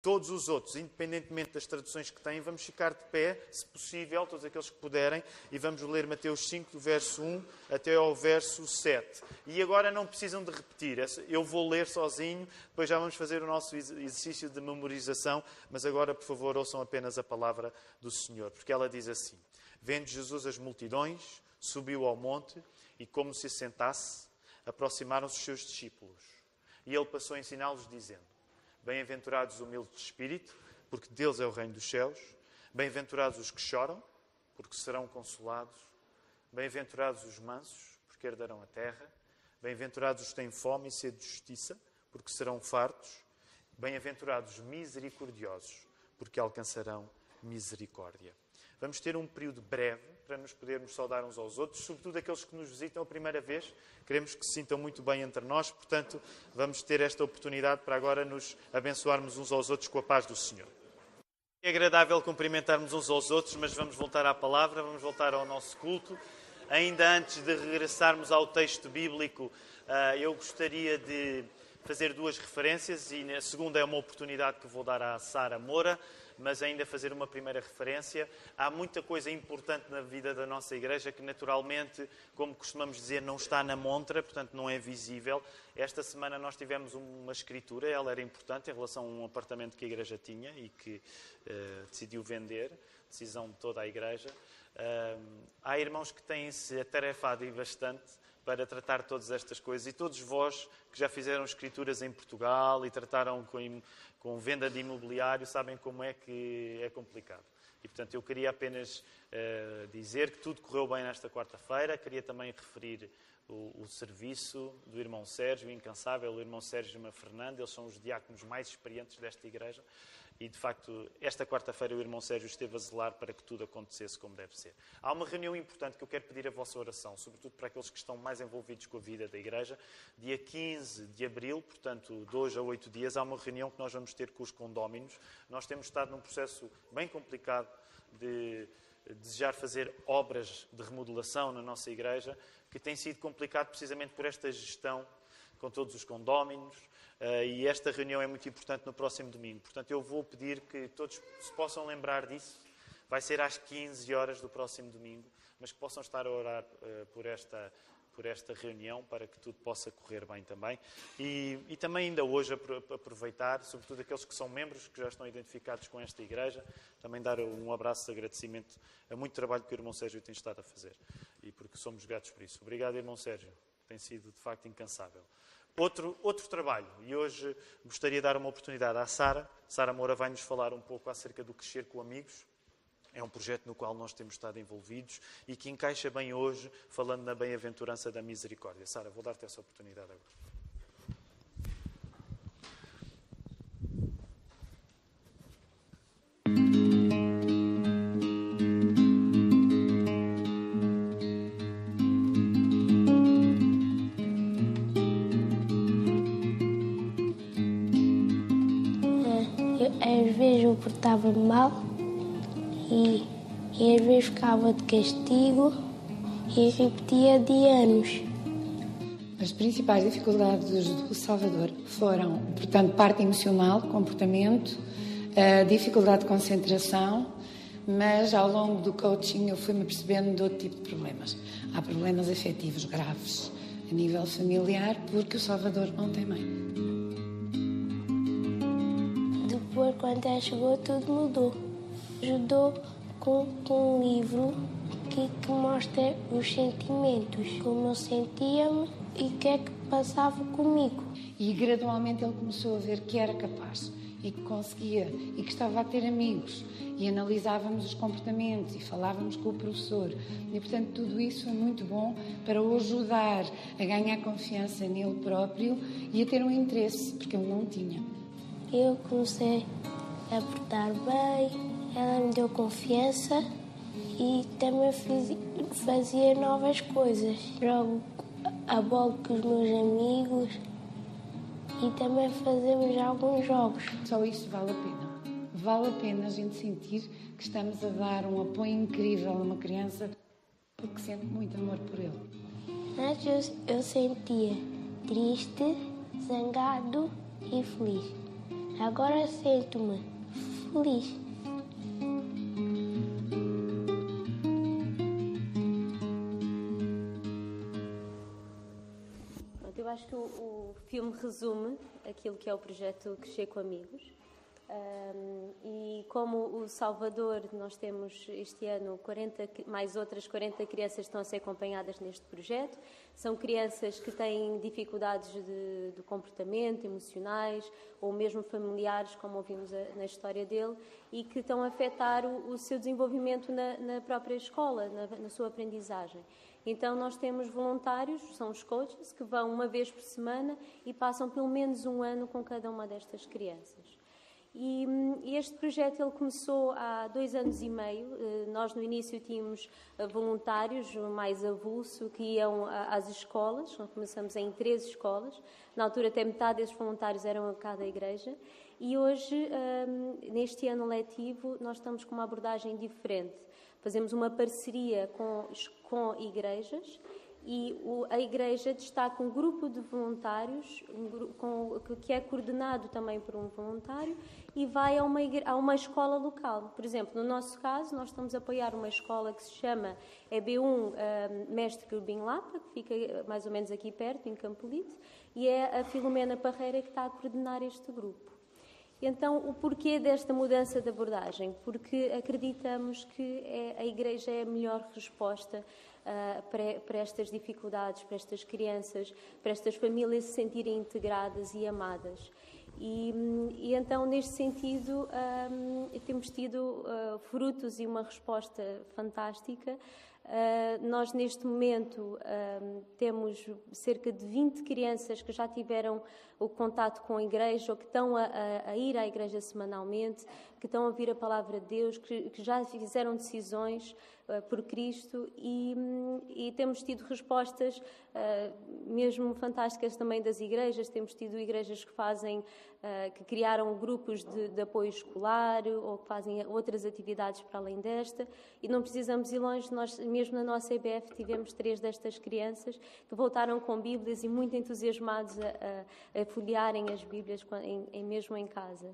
Todos os outros, independentemente das traduções que têm, vamos ficar de pé, se possível, todos aqueles que puderem, e vamos ler Mateus 5, do verso 1 até ao verso 7. E agora não precisam de repetir, eu vou ler sozinho, depois já vamos fazer o nosso exercício de memorização, mas agora, por favor, ouçam apenas a palavra do Senhor, porque ela diz assim: Vendo Jesus as multidões, subiu ao monte, e como se assentasse, aproximaram-se os seus discípulos. E ele passou a ensiná-los, dizendo: Bem-aventurados os humildes de espírito, porque deles é o reino dos céus. Bem-aventurados os que choram, porque serão consolados. Bem-aventurados os mansos, porque herdarão a terra. Bem-aventurados os que têm fome e sede de justiça, porque serão fartos. Bem-aventurados os misericordiosos, porque alcançarão misericórdia. Vamos ter um período breve para nos podermos saudar uns aos outros, sobretudo aqueles que nos visitam a primeira vez. Queremos que se sintam muito bem entre nós, portanto, vamos ter esta oportunidade para agora nos abençoarmos uns aos outros com a paz do Senhor. É agradável cumprimentarmos uns aos outros, mas vamos voltar à palavra, vamos voltar ao nosso culto. Ainda antes de regressarmos ao texto bíblico, eu gostaria de fazer duas referências, e a segunda é uma oportunidade que vou dar à Sara Moura, mas ainda fazer uma primeira referência. Há muita coisa importante na vida da nossa igreja que, naturalmente, como costumamos dizer, não está na montra, portanto não é visível. Esta semana nós tivemos uma escritura, ela era importante em relação a um apartamento que a igreja tinha e que decidiu vender, decisão de toda a igreja. Há irmãos que têm-se atarefado e bastante para tratar todas estas coisas, e todos vós que já fizeram escrituras em Portugal e trataram com venda de imobiliário sabem como é que é complicado. E, portanto, eu queria apenas dizer que tudo correu bem nesta quarta-feira. Queria também referir o serviço do irmão Sérgio, o incansável, o irmão Sérgio e a irmã Fernanda. Eles são os diáconos mais experientes desta igreja. E, de facto, esta quarta-feira o irmão Sérgio esteve a zelar para que tudo acontecesse como deve ser. Há uma reunião importante que eu quero pedir a vossa oração, sobretudo para aqueles que estão mais envolvidos com a vida da igreja. Dia 15 de abril, portanto, 2 a 8 dias, há uma reunião que nós vamos ter com os condóminos. Nós temos estado num processo bem complicado de desejar fazer obras de remodelação na nossa igreja, que tem sido complicado precisamente por esta gestão com todos os condóminos. E esta reunião é muito importante no próximo domingo. Portanto, eu vou pedir que todos se possam lembrar disso. Vai ser às 15 horas do próximo domingo, mas que possam estar a orar por esta reunião, para que tudo possa correr bem também. E também ainda hoje aproveitar, sobretudo aqueles que são membros, que já estão identificados com esta igreja, também dar um abraço de agradecimento a muito trabalho que o irmão Sérgio tem estado a fazer. E porque somos gratos por isso. Obrigado, irmão Sérgio. Tem sido, de facto, incansável. Outro trabalho, e hoje gostaria de dar uma oportunidade à Sara. Sara Moura vai-nos falar um pouco acerca do Crescer com Amigos. É um projeto no qual nós temos estado envolvidos e que encaixa bem hoje, falando na bem-aventurança da misericórdia. Sara, vou dar-te essa oportunidade agora. Às vezes eu portava-me mal e às vezes ficava de castigo e repetia de anos. As principais dificuldades do Salvador foram, portanto, parte emocional, comportamento, dificuldade de concentração, mas ao longo do coaching eu fui-me percebendo de outro tipo de problemas. Há problemas afetivos graves a nível familiar, porque o Salvador não tem mãe. Depois, quando ela chegou, tudo mudou. Ajudou com um livro que mostra os sentimentos, como eu sentia-me e o que é que passava comigo. E gradualmente ele começou a ver que era capaz e que conseguia e que estava a ter amigos. E analisávamos os comportamentos e falávamos com o professor. E, portanto, tudo isso é muito bom para o ajudar a ganhar confiança nele próprio e a ter um interesse, porque ele não tinha. Eu comecei a portar bem, ela me deu confiança e também fazia novas coisas. Jogo a bola com os meus amigos e também fazemos alguns jogos. Só isso vale a pena. Vale a pena a gente sentir que estamos a dar um apoio incrível a uma criança porque sente muito amor por ele. Antes eu sentia triste, zangado e feliz. Agora sinto-me feliz. Eu acho que o filme resume aquilo que é o projeto Crescer com Amigos. E como o Salvador, nós temos este ano mais outras 40 crianças que estão a ser acompanhadas neste projeto. São crianças que têm dificuldades de comportamento, emocionais ou mesmo familiares, como ouvimos na história dele, e que estão a afetar o seu desenvolvimento na própria escola, na sua aprendizagem. Então nós temos voluntários, são os coaches, que vão uma vez por semana e passam pelo menos um ano com cada uma destas crianças. E este projeto ele começou há 2 anos e meio. Nós no início tínhamos voluntários mais avulso que iam às escolas. Nós começamos em 13 escolas. Na altura até metade desses voluntários eram a cada igreja. E hoje, neste ano letivo, nós estamos com uma abordagem diferente. Fazemos uma parceria com igrejas e a igreja destaca um grupo de voluntários que é coordenado também por um voluntário e vai a uma escola local. Por exemplo, no nosso caso, nós estamos a apoiar uma escola que se chama EB1 Mestre Grubim Lapa, que fica mais ou menos aqui perto, em Campolite, e é a Filomena Parreira que está a coordenar este grupo. Então, o porquê desta mudança de abordagem? Porque acreditamos que a Igreja é a melhor resposta para estas dificuldades, para estas crianças, para estas famílias se sentirem integradas e amadas. E então, neste sentido, temos tido frutos e uma resposta fantástica. Nós, neste momento, temos cerca de 20 crianças que já tiveram o contato com a igreja ou que estão a ir à igreja semanalmente, que estão a ouvir a palavra de Deus, que já fizeram decisões por Cristo e temos tido respostas mesmo fantásticas também das igrejas. Temos tido igrejas que criaram grupos de apoio escolar ou que fazem outras atividades para além desta, e não precisamos ir longe. Nós, mesmo na nossa EBF, tivemos 3 destas crianças que voltaram com Bíblias e muito entusiasmados a folhearem as Bíblias mesmo em casa.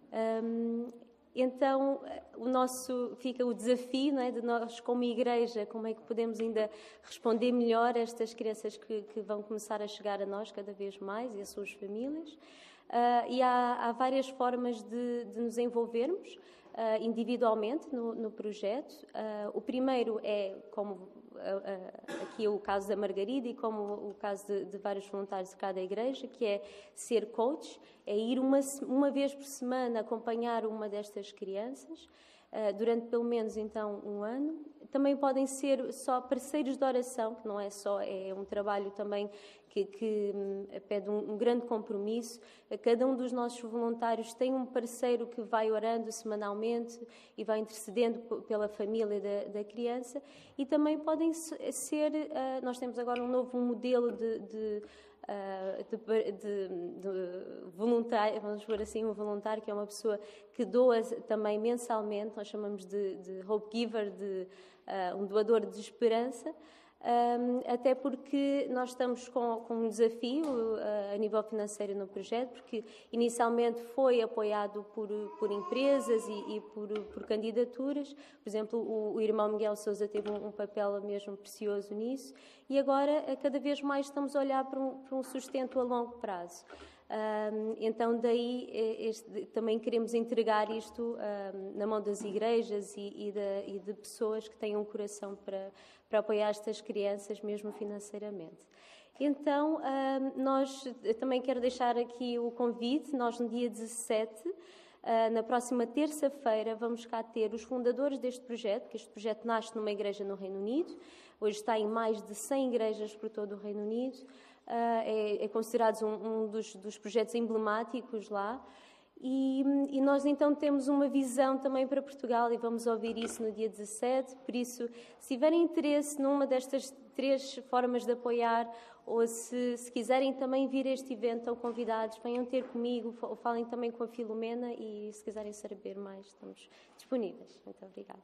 Então, fica o desafio, não é, de nós, como igreja, como é que podemos ainda responder melhor a estas crianças que vão começar a chegar a nós cada vez mais e às suas famílias. E há várias formas de nos envolvermos individualmente no projeto. O primeiro é, como aqui é o caso da Margarida e como o caso de vários voluntários de cada igreja, que é ser coach, é ir uma vez por semana acompanhar uma destas crianças, durante pelo menos então um ano. Também podem ser só parceiros de oração, que não é só, é um trabalho também que pede um grande compromisso. Cada um dos nossos voluntários tem um parceiro que vai orando semanalmente e vai intercedendo pela família da criança. E também podem ser, nós temos agora um novo modelo de voluntário, vamos pôr assim, um voluntário que é uma pessoa que doa também mensalmente. Nós chamamos de Hope Giver, um doador de esperança. Até porque nós estamos com um desafio a nível financeiro no projeto, porque inicialmente foi apoiado por empresas e por candidaturas. Por exemplo, o irmão Miguel Sousa teve um papel mesmo precioso nisso, e agora cada vez mais estamos a olhar para um sustento a longo prazo. Então daí também queremos entregar isto na mão das igrejas e de pessoas que têm um coração para apoiar estas crianças mesmo financeiramente. Então eu também quero deixar aqui o convite. Nós no dia 17, na próxima terça-feira, vamos cá ter os fundadores deste projeto, que este projeto nasce numa igreja no Reino Unido. Hoje está em mais de 100 igrejas por todo o Reino Unido. É considerado um dos projetos emblemáticos lá. E nós então temos uma visão também para Portugal e vamos ouvir isso no dia 17. Por isso, se tiverem interesse numa destas 3 formas de apoiar, ou se quiserem também vir a este evento, estão convidados, venham ter comigo, ou falem também com a Filomena, e se quiserem saber mais, estamos disponíveis. Muito obrigada.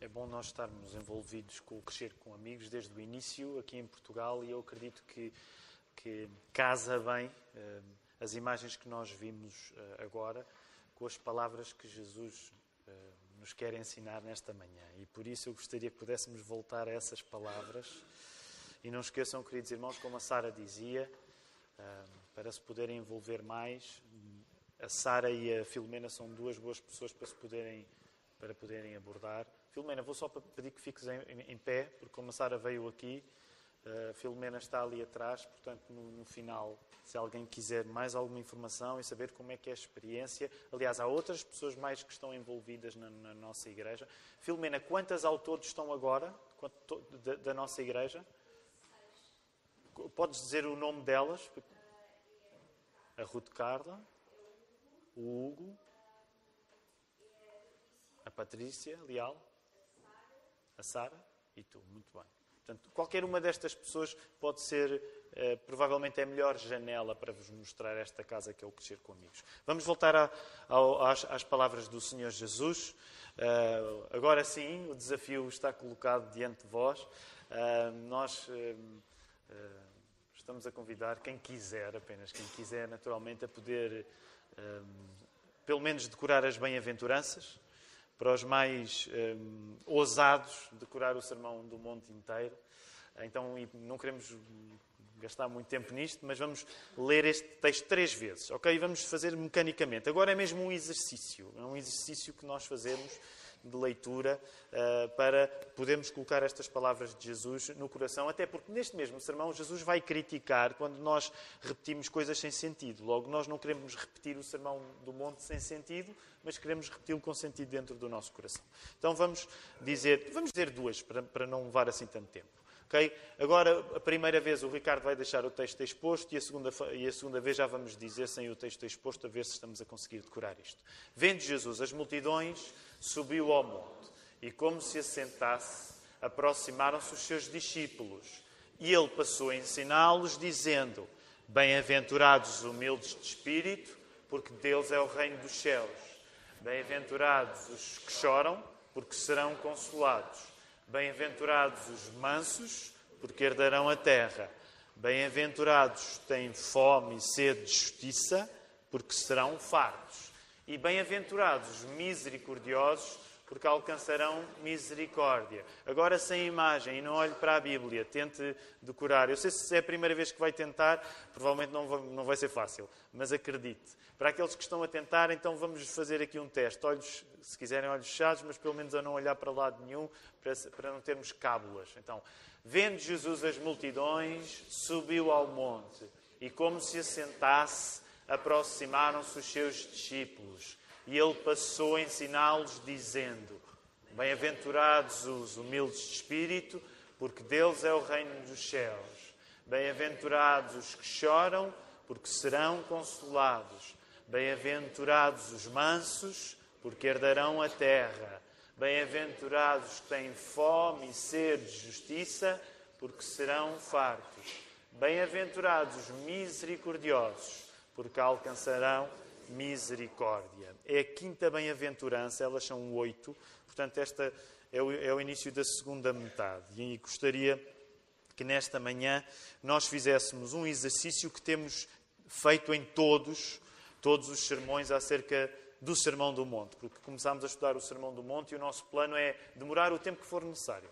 É bom nós estarmos envolvidos com o Crescer com Amigos desde o início aqui em Portugal, e eu acredito que casa bem as imagens que nós vimos agora com as palavras que Jesus nos quer ensinar nesta manhã. E por isso eu gostaria que pudéssemos voltar a essas palavras. E não esqueçam, queridos irmãos, como a Sara dizia, para se poderem envolver mais, a Sara e a Filomena são duas boas pessoas para poderem abordar. Filomena, vou só pedir que fiques em pé, porque como a Sara veio aqui, a Filomena está ali atrás, portanto, no final, se alguém quiser mais alguma informação e saber como é que é a experiência. Aliás, há outras pessoas mais que estão envolvidas na nossa igreja. Filomena, quantas ao todo estão agora da nossa igreja? Podes dizer o nome delas? A Ruth Carla, o Hugo, a Patrícia Leal, a Sara e tu. Muito bem. Portanto, qualquer uma destas pessoas pode ser, provavelmente, a melhor janela para vos mostrar esta casa que é o Crescer com Amigos. Vamos voltar às palavras do Senhor Jesus. Agora sim, o desafio está colocado diante de vós. Nós estamos a convidar quem quiser, apenas quem quiser, naturalmente, a poder, pelo menos, decorar as bem-aventuranças. Para os mais ousados, decorar o Sermão do Monte inteiro. Então, não queremos gastar muito tempo nisto, mas vamos ler este texto 3 vezes, ok? E vamos fazer mecanicamente. Agora é mesmo um exercício. É um exercício que nós fazemos de leitura para podermos colocar estas palavras de Jesus no coração, até porque neste mesmo sermão Jesus vai criticar quando nós repetimos coisas sem sentido. Logo, nós não queremos repetir o Sermão do Monte sem sentido, mas queremos repeti-lo com sentido dentro do nosso coração. Então vamos dizer 2 para não levar assim tanto tempo. Okay? Agora, a primeira vez o Ricardo vai deixar o texto exposto e a segunda vez já vamos dizer sem o texto exposto, a ver se estamos a conseguir decorar isto. Vendo Jesus as multidões, subiu ao monte e, como se assentasse, aproximaram-se os seus discípulos. E ele passou a ensiná-los, dizendo: Bem-aventurados os humildes de espírito, porque deles é o reino dos céus. Bem-aventurados os que choram, porque serão consolados. Bem-aventurados os mansos, porque herdarão a terra. Bem-aventurados os que têm fome e sede de justiça, porque serão fartos. E bem-aventurados os misericordiosos, porque alcançarão misericórdia. Agora, sem imagem, e não olhe para a Bíblia, tente decorar. Eu sei se é a primeira vez que vai tentar, provavelmente não vai ser fácil, mas acredite. Para aqueles que estão a tentar, então vamos fazer aqui um teste. Olhos, se quiserem, olhos fechados, mas pelo menos a não olhar para lado nenhum, para não termos cábulas. Então, vendo Jesus as multidões, subiu ao monte, e como se assentasse, aproximaram-se os seus discípulos. E ele passou a ensiná-los, dizendo: Bem-aventurados os humildes de espírito, porque deles é o reino dos céus. Bem-aventurados os que choram, porque serão consolados. Bem-aventurados os mansos, porque herdarão a terra. Bem-aventurados os que têm fome e sede de justiça, porque serão fartos. Bem-aventurados os misericordiosos, porque alcançarão misericórdia. É a 5ª bem-aventurança, elas são 8, portanto esta é o início da segunda metade. E gostaria que nesta manhã nós fizéssemos um exercício que temos feito em todos os sermões acerca do Sermão do Monte, porque começámos a estudar o Sermão do Monte e o nosso plano é demorar o tempo que for necessário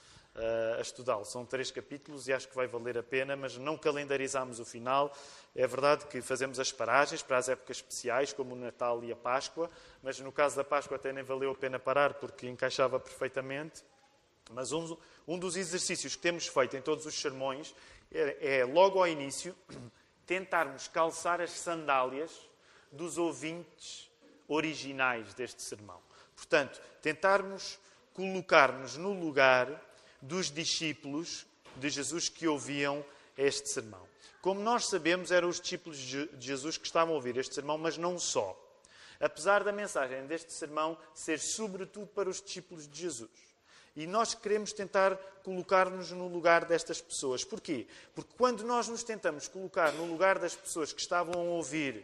a estudá-lo. São 3 capítulos e acho que vai valer a pena, mas não calendarizámos o final. É verdade que fazemos as paragens para as épocas especiais, como o Natal e a Páscoa, mas no caso da Páscoa até nem valeu a pena parar, porque encaixava perfeitamente. Mas um dos exercícios que temos feito em todos os sermões é logo ao início, tentarmos calçar as sandálias dos ouvintes originais deste sermão. Portanto, tentarmos colocar-nos no lugar dos discípulos de Jesus que ouviam este sermão. Como nós sabemos, eram os discípulos de Jesus que estavam a ouvir este sermão, mas não só. Apesar da mensagem deste sermão ser sobretudo para os discípulos de Jesus. E nós queremos tentar colocar-nos no lugar destas pessoas. Porquê? Porque quando nós nos tentamos colocar no lugar das pessoas que estavam a ouvir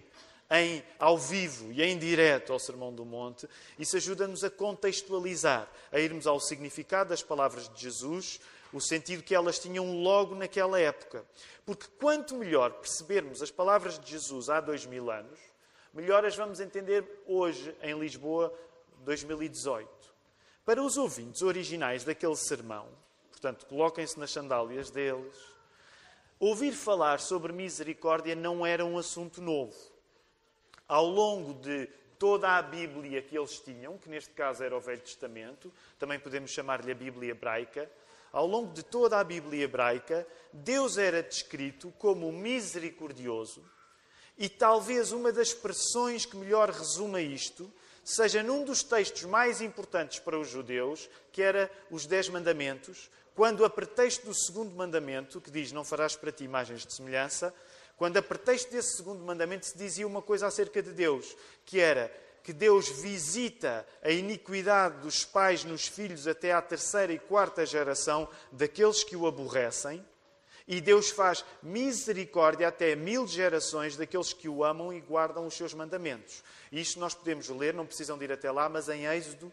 ao vivo e em direto ao Sermão do Monte. Isso ajuda-nos a contextualizar, a irmos ao significado das palavras de Jesus, o sentido que elas tinham logo naquela época. Porque quanto melhor percebermos as palavras de Jesus há 2000 anos, melhor as vamos entender hoje em Lisboa, 2018. Para os ouvintes originais daquele sermão, portanto, coloquem-se nas sandálias deles, ouvir falar sobre misericórdia não era um assunto novo. Ao longo de toda a Bíblia que eles tinham, que neste caso era o Velho Testamento, também podemos chamar-lhe a Bíblia Hebraica, ao longo de toda a Bíblia Hebraica, Deus era descrito como misericordioso, e talvez uma das expressões que melhor resuma isto seja num dos textos mais importantes para os judeus, que era os 10 mandamentos, quando a pretexto do segundo mandamento, que diz não farás para ti imagens de semelhança, quando a pretexto desse segundo mandamento se dizia uma coisa acerca de Deus, que era que Deus visita a iniquidade dos pais nos filhos até à 3ª e 4ª geração daqueles que o aborrecem, e Deus faz misericórdia até 1000 gerações daqueles que o amam e guardam os seus mandamentos. E isto nós podemos ler, não precisam de ir até lá, mas em Êxodo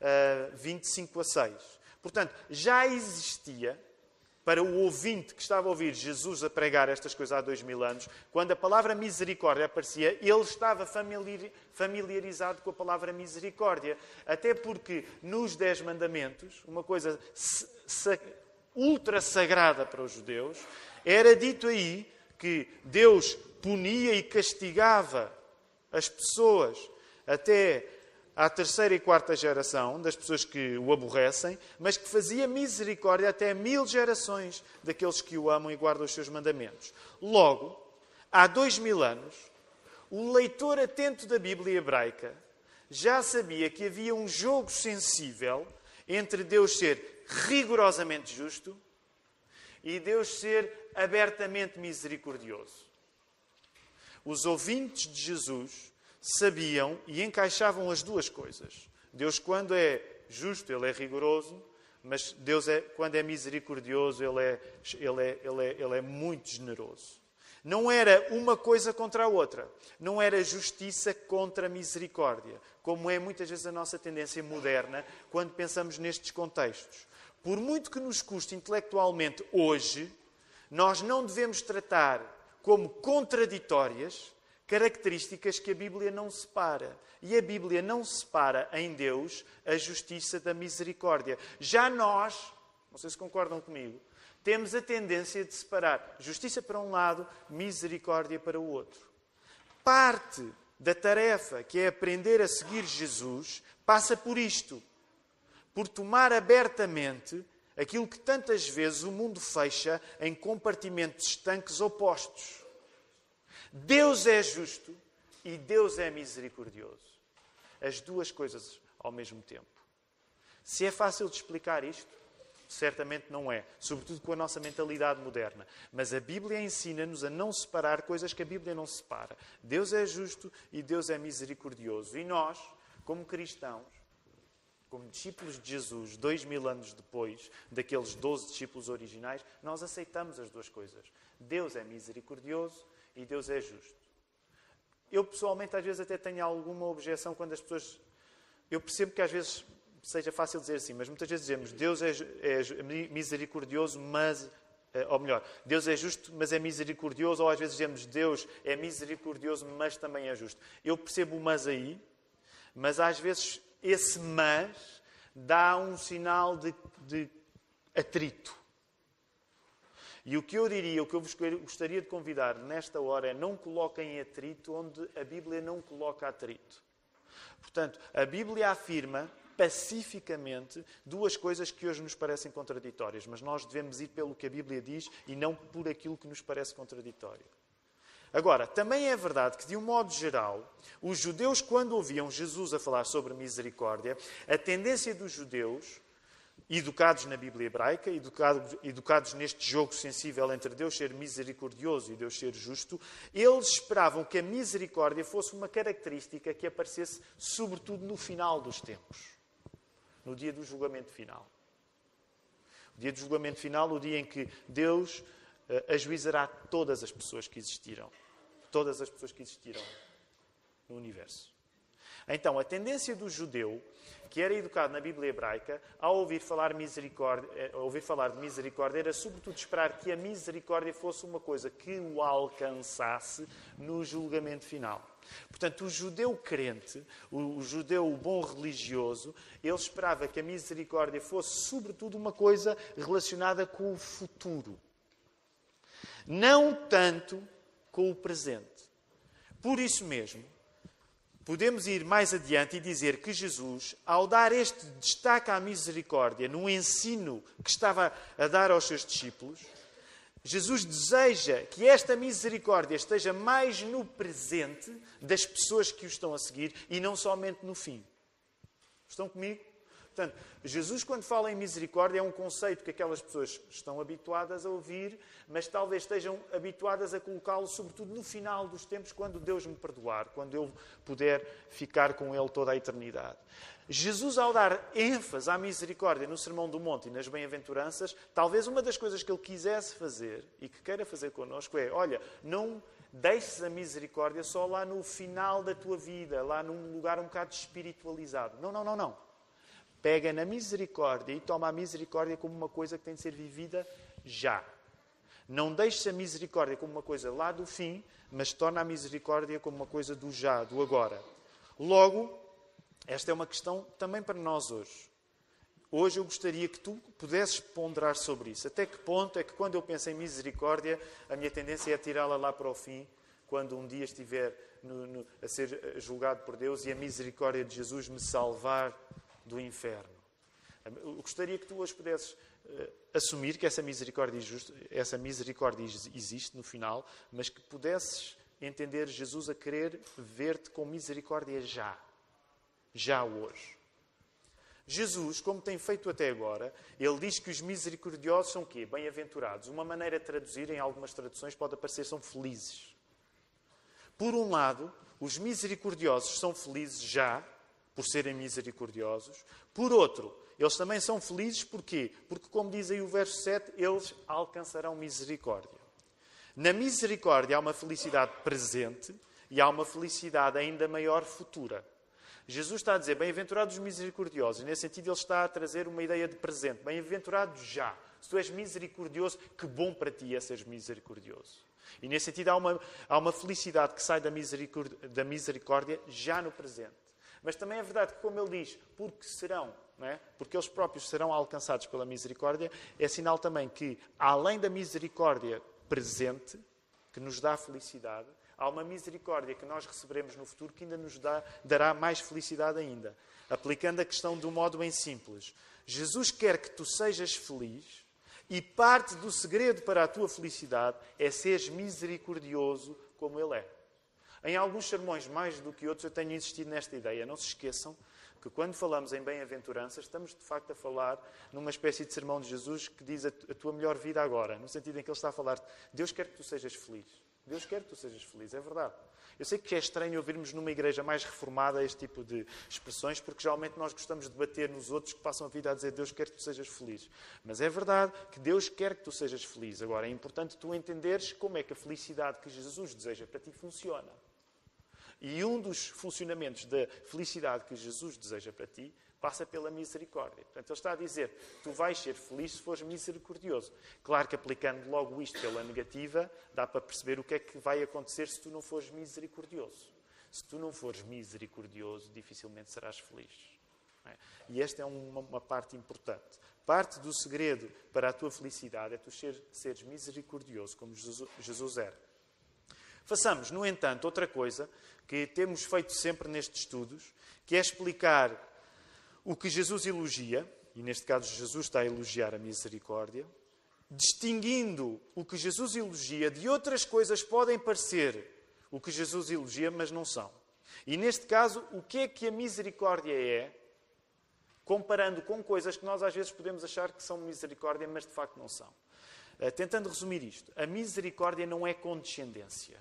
25:6. Portanto, já existia, para o ouvinte que estava a ouvir Jesus a pregar estas coisas há 2000 anos, quando a palavra misericórdia aparecia, ele estava familiarizado com a palavra misericórdia. Até porque nos 10 mandamentos, uma coisa ultra sagrada para os judeus, era dito aí que Deus punia e castigava as pessoas até à 3ª e 4ª geração das pessoas que o aborrecem, mas que fazia misericórdia até 1000 gerações daqueles que o amam e guardam os seus mandamentos. Logo, há 2000 anos, o leitor atento da Bíblia Hebraica já sabia que havia um jogo sensível entre Deus ser rigorosamente justo e Deus ser abertamente misericordioso. Os ouvintes de Jesus sabiam e encaixavam as duas coisas. Deus, quando é justo, ele é rigoroso, mas Deus, quando é misericordioso, ele é muito generoso. Não era uma coisa contra a outra. Não era justiça contra misericórdia, como é muitas vezes a nossa tendência moderna quando pensamos nestes contextos. Por muito que nos custe intelectualmente hoje, nós não devemos tratar como contraditórias características que a Bíblia não separa. E a Bíblia não separa em Deus a justiça da misericórdia. Já nós, não sei se concordam comigo, temos a tendência de separar justiça para um lado, misericórdia para o outro. Parte da tarefa, que é aprender a seguir Jesus, passa por isto. Por tomar abertamente aquilo que tantas vezes o mundo fecha em compartimentos estanques opostos. Deus é justo e Deus é misericordioso. As duas coisas ao mesmo tempo. Se é fácil de explicar isto, certamente não é. Sobretudo com a nossa mentalidade moderna. Mas a Bíblia ensina-nos a não separar coisas que a Bíblia não separa. Deus é justo e Deus é misericordioso. E nós, como cristãos, como discípulos de Jesus, 2000 anos depois daqueles 12 discípulos originais, nós aceitamos as duas coisas. Deus é misericordioso e Deus é justo. Eu, pessoalmente, às vezes até tenho alguma objeção quando as pessoas... Eu percebo que às vezes seja fácil dizer assim, mas muitas vezes dizemos Deus é misericordioso, mas... Ou melhor, Deus é justo, mas é misericordioso, ou às vezes dizemos Deus é misericordioso, mas também é justo. Eu percebo o mas aí, mas às vezes esse mas dá um sinal de atrito. E o que eu diria, o que eu vos gostaria de convidar nesta hora é não coloquem atrito onde a Bíblia não coloca atrito. Portanto, a Bíblia afirma pacificamente duas coisas que hoje nos parecem contraditórias, mas nós devemos ir pelo que a Bíblia diz e não por aquilo que nos parece contraditório. Agora, também é verdade que, de um modo geral, os judeus, quando ouviam Jesus a falar sobre misericórdia, a tendência dos judeus, educados na Bíblia hebraica, educados neste jogo sensível entre Deus ser misericordioso e Deus ser justo, eles esperavam que a misericórdia fosse uma característica que aparecesse sobretudo no final dos tempos, no dia do julgamento final. O dia do julgamento final, o dia em que Deus ajuizará todas as pessoas que existiram. Todas as pessoas que existiram. no universo. Então, a tendência do judeu, que era educado na Bíblia hebraica, ao ouvir falar de misericórdia, era sobretudo esperar que a misericórdia fosse uma coisa que o alcançasse no julgamento final. Portanto, o judeu crente, o judeu bom religioso, ele esperava que a misericórdia fosse sobretudo uma coisa relacionada com o futuro. Não tanto com o presente. Por isso mesmo, podemos ir mais adiante e dizer que Jesus, ao dar este destaque à misericórdia no ensino que estava a dar aos seus discípulos, Jesus deseja que esta misericórdia esteja mais no presente das pessoas que o estão a seguir e não somente no fim. Estão comigo? Portanto, Jesus, quando fala em misericórdia, é um conceito que aquelas pessoas estão habituadas a ouvir, mas talvez estejam habituadas a colocá-lo, sobretudo no final dos tempos, quando Deus me perdoar, quando eu puder ficar com Ele toda a eternidade. Jesus, ao dar ênfase à misericórdia no Sermão do Monte e nas bem-aventuranças, talvez uma das coisas que Ele quisesse fazer e que queira fazer connosco é, olha, não deixes a misericórdia só lá no final da tua vida, lá num lugar um bocado espiritualizado. Não. Pega na misericórdia e toma a misericórdia como uma coisa que tem de ser vivida já. Não deixes a misericórdia como uma coisa lá do fim, mas torna a misericórdia como uma coisa do já, do agora. Logo, esta é uma questão também para nós hoje. Hoje eu gostaria que tu pudesses ponderar sobre isso. Até que ponto é que quando eu penso em misericórdia, a minha tendência é tirá-la lá para o fim, quando um dia estiver a ser julgado por Deus e a misericórdia de Jesus me salvar do inferno. Eu gostaria que tu hoje pudesses assumir que essa misericórdia existe no final, mas que pudesses entender Jesus a querer ver-te com misericórdia já hoje. Jesus, como tem feito até agora, ele diz que os misericordiosos são o quê? Bem-aventurados. Uma maneira de traduzir, em algumas traduções, pode aparecer, são felizes. Por um lado, os misericordiosos são felizes já, por serem misericordiosos. Por outro, eles também são felizes porquê? Porque, como diz aí o verso 7, eles alcançarão misericórdia. Na misericórdia há uma felicidade presente e há uma felicidade ainda maior futura. Jesus está a dizer, bem-aventurados os misericordiosos. E, nesse sentido, ele está a trazer uma ideia de presente. Bem-aventurado já. Se tu és misericordioso, que bom para ti é seres misericordioso. E, nesse sentido, há uma felicidade que sai da misericórdia já no presente. Mas também é verdade que, como ele diz, porque serão, não é? Porque eles próprios serão alcançados pela misericórdia, é sinal também que, além da misericórdia presente, que nos dá felicidade, há uma misericórdia que nós receberemos no futuro que ainda nos dará mais felicidade ainda. Aplicando a questão de um modo bem simples. Jesus quer que tu sejas feliz e parte do segredo para a tua felicidade é seres misericordioso como Ele é. Em alguns sermões, mais do que outros, eu tenho insistido nesta ideia. Não se esqueçam que quando falamos em bem-aventuranças, estamos de facto a falar numa espécie de sermão de Jesus que diz a tua melhor vida agora. No sentido em que Ele está a falar, Deus quer que tu sejas feliz. Deus quer que tu sejas feliz, é verdade. Eu sei que é estranho ouvirmos numa igreja mais reformada este tipo de expressões, porque geralmente nós gostamos de bater nos outros que passam a vida a dizer Deus quer que tu sejas feliz. Mas é verdade que Deus quer que tu sejas feliz. Agora, é importante tu entenderes como é que a felicidade que Jesus deseja para ti funciona. E um dos funcionamentos da felicidade que Jesus deseja para ti passa pela misericórdia. Portanto, Ele está a dizer, tu vais ser feliz se fores misericordioso. Claro que aplicando logo isto pela negativa, dá para perceber o que é que vai acontecer se tu não fores misericordioso. Se tu não fores misericordioso, dificilmente serás feliz. Não é? E esta é uma parte importante. Parte do segredo para a tua felicidade é tu seres misericordioso, como Jesus era. Façamos, no entanto, outra coisa que temos feito sempre nestes estudos, que é explicar o que Jesus elogia, e neste caso Jesus está a elogiar a misericórdia, distinguindo o que Jesus elogia de outras coisas que podem parecer o que Jesus elogia, mas não são. E neste caso, o que é que a misericórdia é, comparando com coisas que nós às vezes podemos achar que são misericórdia, mas de facto não são. Tentando resumir isto, a misericórdia não é condescendência.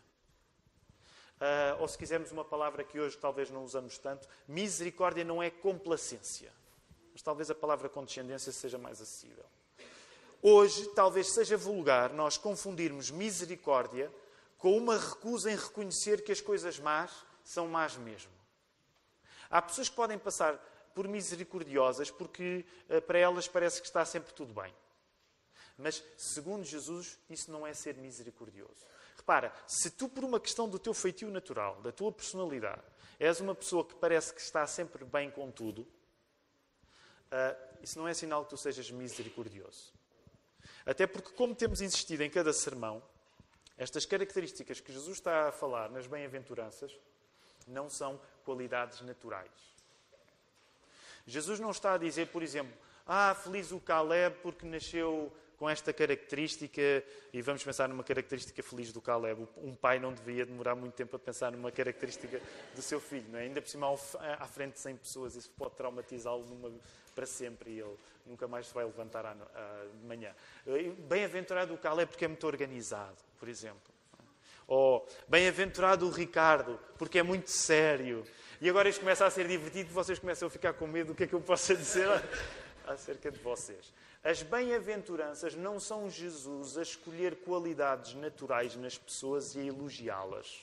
Ou se quisermos uma palavra que hoje talvez não usamos tanto, misericórdia não é complacência. Mas talvez a palavra condescendência seja mais acessível. Hoje, talvez seja vulgar nós confundirmos misericórdia com uma recusa em reconhecer que as coisas más são más mesmo. Há pessoas que podem passar por misericordiosas porque para elas parece que está sempre tudo bem. Mas, segundo Jesus, isso não é ser misericordioso. Repara, se tu, por uma questão do teu feitio natural, da tua personalidade, és uma pessoa que parece que está sempre bem com tudo, isso não é sinal que tu sejas misericordioso. Até porque, como temos insistido em cada sermão, estas características que Jesus está a falar nas bem-aventuranças não são qualidades naturais. Jesus não está a dizer, por exemplo, feliz o Caleb porque nasceu com esta característica, e vamos pensar numa característica feliz do Caleb. Um pai não devia demorar muito tempo a pensar numa característica do seu filho, não é? Ainda por cima, à frente de 100 pessoas, isso pode traumatizá-lo para sempre e ele nunca mais se vai levantar de manhã. Bem-aventurado o Caleb porque é muito organizado, por exemplo. Ou bem-aventurado o Ricardo porque é muito sério. E agora isto começa a ser divertido e vocês começam a ficar com medo do que é que eu possa dizer acerca de vocês. As bem-aventuranças não são Jesus a escolher qualidades naturais nas pessoas e a elogiá-las.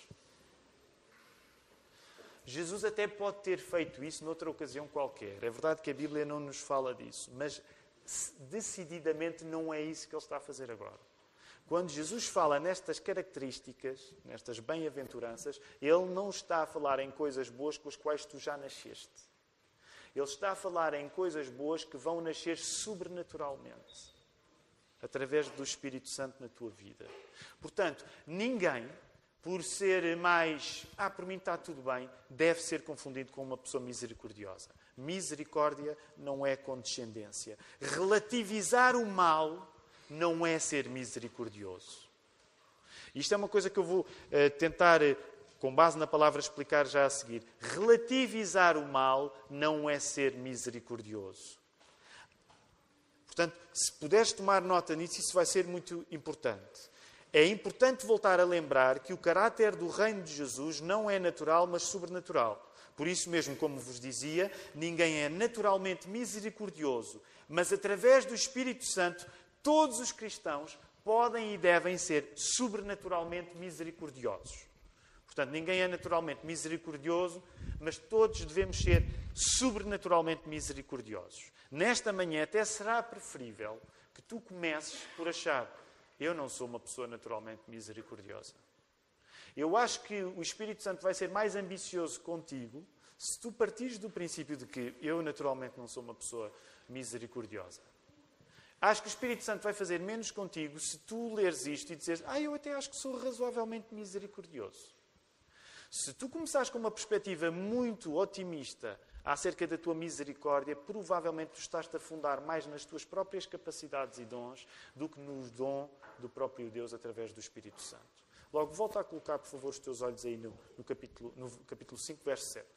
Jesus até pode ter feito isso noutra ocasião qualquer. É verdade que a Bíblia não nos fala disso, mas decididamente não é isso que ele está a fazer agora. Quando Jesus fala nestas características, nestas bem-aventuranças, ele não está a falar em coisas boas com as quais tu já nasceste. Ele está a falar em coisas boas que vão nascer sobrenaturalmente, através do Espírito Santo na tua vida. Portanto, ninguém, por ser mais, por mim está tudo bem, deve ser confundido com uma pessoa misericordiosa. Misericórdia não é condescendência. Relativizar o mal não é ser misericordioso. Isto é uma coisa que eu vou tentar, com base na palavra, explicar já a seguir. Relativizar o mal não é ser misericordioso. Portanto, se puderes tomar nota nisso, isso vai ser muito importante. É importante voltar a lembrar que o caráter do reino de Jesus não é natural, mas sobrenatural. Por isso mesmo, como vos dizia, ninguém é naturalmente misericordioso, mas através do Espírito Santo, todos os cristãos podem e devem ser sobrenaturalmente misericordiosos. Portanto, ninguém é naturalmente misericordioso, mas todos devemos ser sobrenaturalmente misericordiosos. Nesta manhã até será preferível que tu comeces por achar: eu não sou uma pessoa naturalmente misericordiosa. Eu acho que o Espírito Santo vai ser mais ambicioso contigo se tu partires do princípio de que eu naturalmente não sou uma pessoa misericordiosa. Acho que o Espírito Santo vai fazer menos contigo se tu leres isto e dizeres: eu até acho que sou razoavelmente misericordioso. Se tu começares com uma perspectiva muito otimista acerca da tua misericórdia, provavelmente tu estás-te a fundar mais nas tuas próprias capacidades e dons do que no dom do próprio Deus através do Espírito Santo. Logo, volta a colocar, por favor, os teus olhos aí no capítulo 5, verso 7.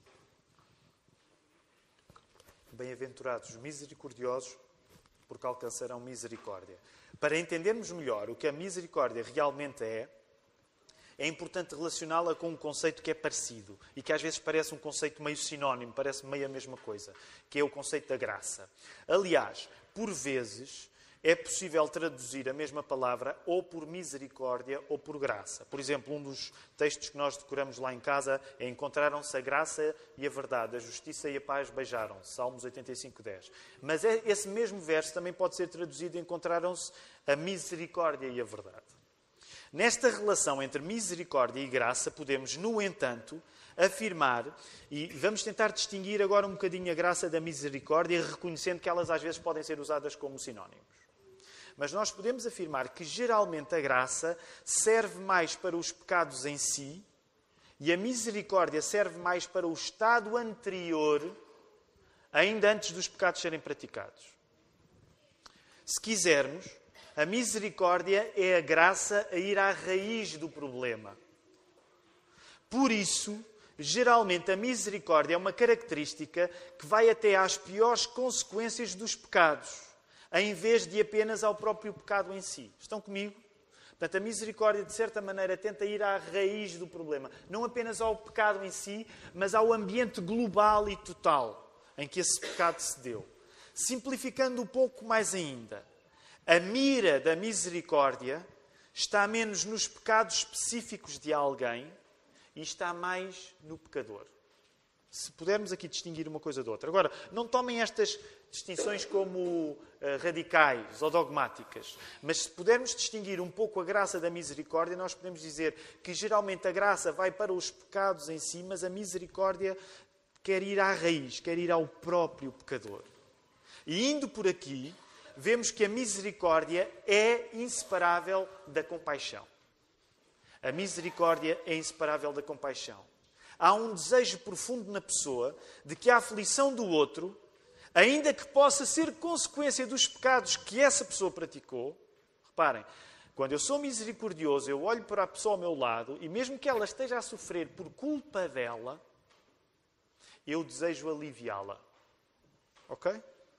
Bem-aventurados os misericordiosos, porque alcançarão misericórdia. Para entendermos melhor o que a misericórdia realmente é importante relacioná-la com um conceito que é parecido e que às vezes parece um conceito meio sinónimo, parece meio a mesma coisa, que é o conceito da graça. Aliás, por vezes, é possível traduzir a mesma palavra ou por misericórdia ou por graça. Por exemplo, um dos textos que nós decoramos lá em casa é: encontraram-se a graça e a verdade, a justiça e a paz beijaram-se. Salmos 85:10. Mas esse mesmo verso também pode ser traduzido: encontraram-se a misericórdia e a verdade. Nesta relação entre misericórdia e graça, podemos, no entanto, afirmar, e vamos tentar distinguir agora um bocadinho a graça da misericórdia, reconhecendo que elas às vezes podem ser usadas como sinónimos. Mas nós podemos afirmar que geralmente a graça serve mais para os pecados em si e a misericórdia serve mais para o estado anterior, ainda antes dos pecados serem praticados. Se quisermos, a misericórdia é a graça a ir à raiz do problema. Por isso, geralmente a misericórdia é uma característica que vai até às piores consequências dos pecados, em vez de apenas ao próprio pecado em si. Estão comigo? Portanto, a misericórdia, de certa maneira, tenta ir à raiz do problema. Não apenas ao pecado em si, mas ao ambiente global e total em que esse pecado se deu. Simplificando um pouco mais ainda, a mira da misericórdia está menos nos pecados específicos de alguém e está mais no pecador. Se pudermos aqui distinguir uma coisa da outra. Agora, não tomem estas distinções como radicais ou dogmáticas, mas se pudermos distinguir um pouco a graça da misericórdia, nós podemos dizer que geralmente a graça vai para os pecados em si, mas a misericórdia quer ir à raiz, quer ir ao próprio pecador. E indo por aqui, vemos que a misericórdia é inseparável da compaixão. A misericórdia é inseparável da compaixão. Há um desejo profundo na pessoa de que a aflição do outro, ainda que possa ser consequência dos pecados que essa pessoa praticou, reparem, quando eu sou misericordioso, eu olho para a pessoa ao meu lado e mesmo que ela esteja a sofrer por culpa dela, eu desejo aliviá-la. Ok?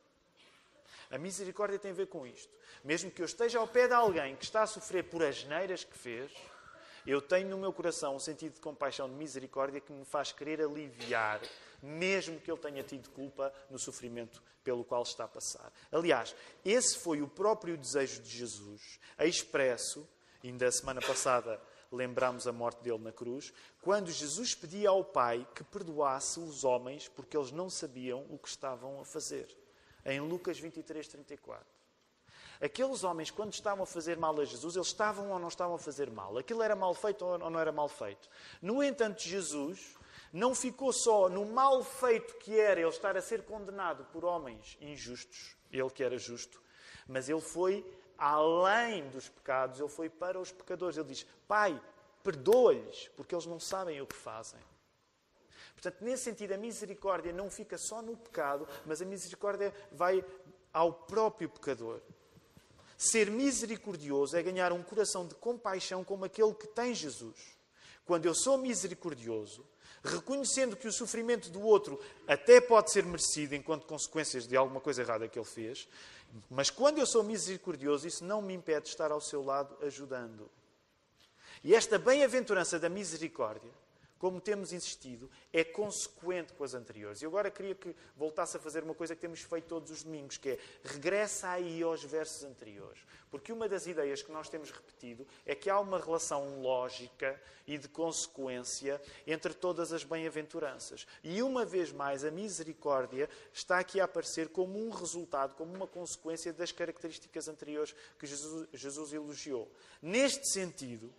A misericórdia tem a ver com isto. Mesmo que eu esteja ao pé de alguém que está a sofrer por asneiras que fez, eu tenho no meu coração um sentido de compaixão, de misericórdia, que me faz querer aliviar, mesmo que ele tenha tido culpa no sofrimento pelo qual está a passar. Aliás, esse foi o próprio desejo de Jesus, expresso, ainda a semana passada lembramos a morte dele na cruz, quando Jesus pedia ao Pai que perdoasse os homens porque eles não sabiam o que estavam a fazer. Em Lucas 23:34. Aqueles homens, quando estavam a fazer mal a Jesus, eles estavam ou não estavam a fazer mal? Aquilo era mal feito ou não era mal feito? No entanto, Jesus não ficou só no mal feito que era ele estar a ser condenado por homens injustos, ele que era justo, mas ele foi além dos pecados, ele foi para os pecadores. Ele diz, Pai, perdoa-lhes, porque eles não sabem o que fazem. Portanto, nesse sentido, a misericórdia não fica só no pecado, mas a misericórdia vai ao próprio pecador. Ser misericordioso é ganhar um coração de compaixão como aquele que tem Jesus. Quando eu sou misericordioso, reconhecendo que o sofrimento do outro até pode ser merecido enquanto consequências de alguma coisa errada que ele fez, mas quando eu sou misericordioso, isso não me impede de estar ao seu lado ajudando. E esta bem-aventurança da misericórdia, como temos insistido, é consequente com as anteriores. E agora queria que voltasse a fazer uma coisa que temos feito todos os domingos, que é, regressa aí aos versos anteriores. Porque uma das ideias que nós temos repetido é que há uma relação lógica e de consequência entre todas as bem-aventuranças. E uma vez mais, a misericórdia está aqui a aparecer como um resultado, como uma consequência das características anteriores que Jesus elogiou. Neste sentido,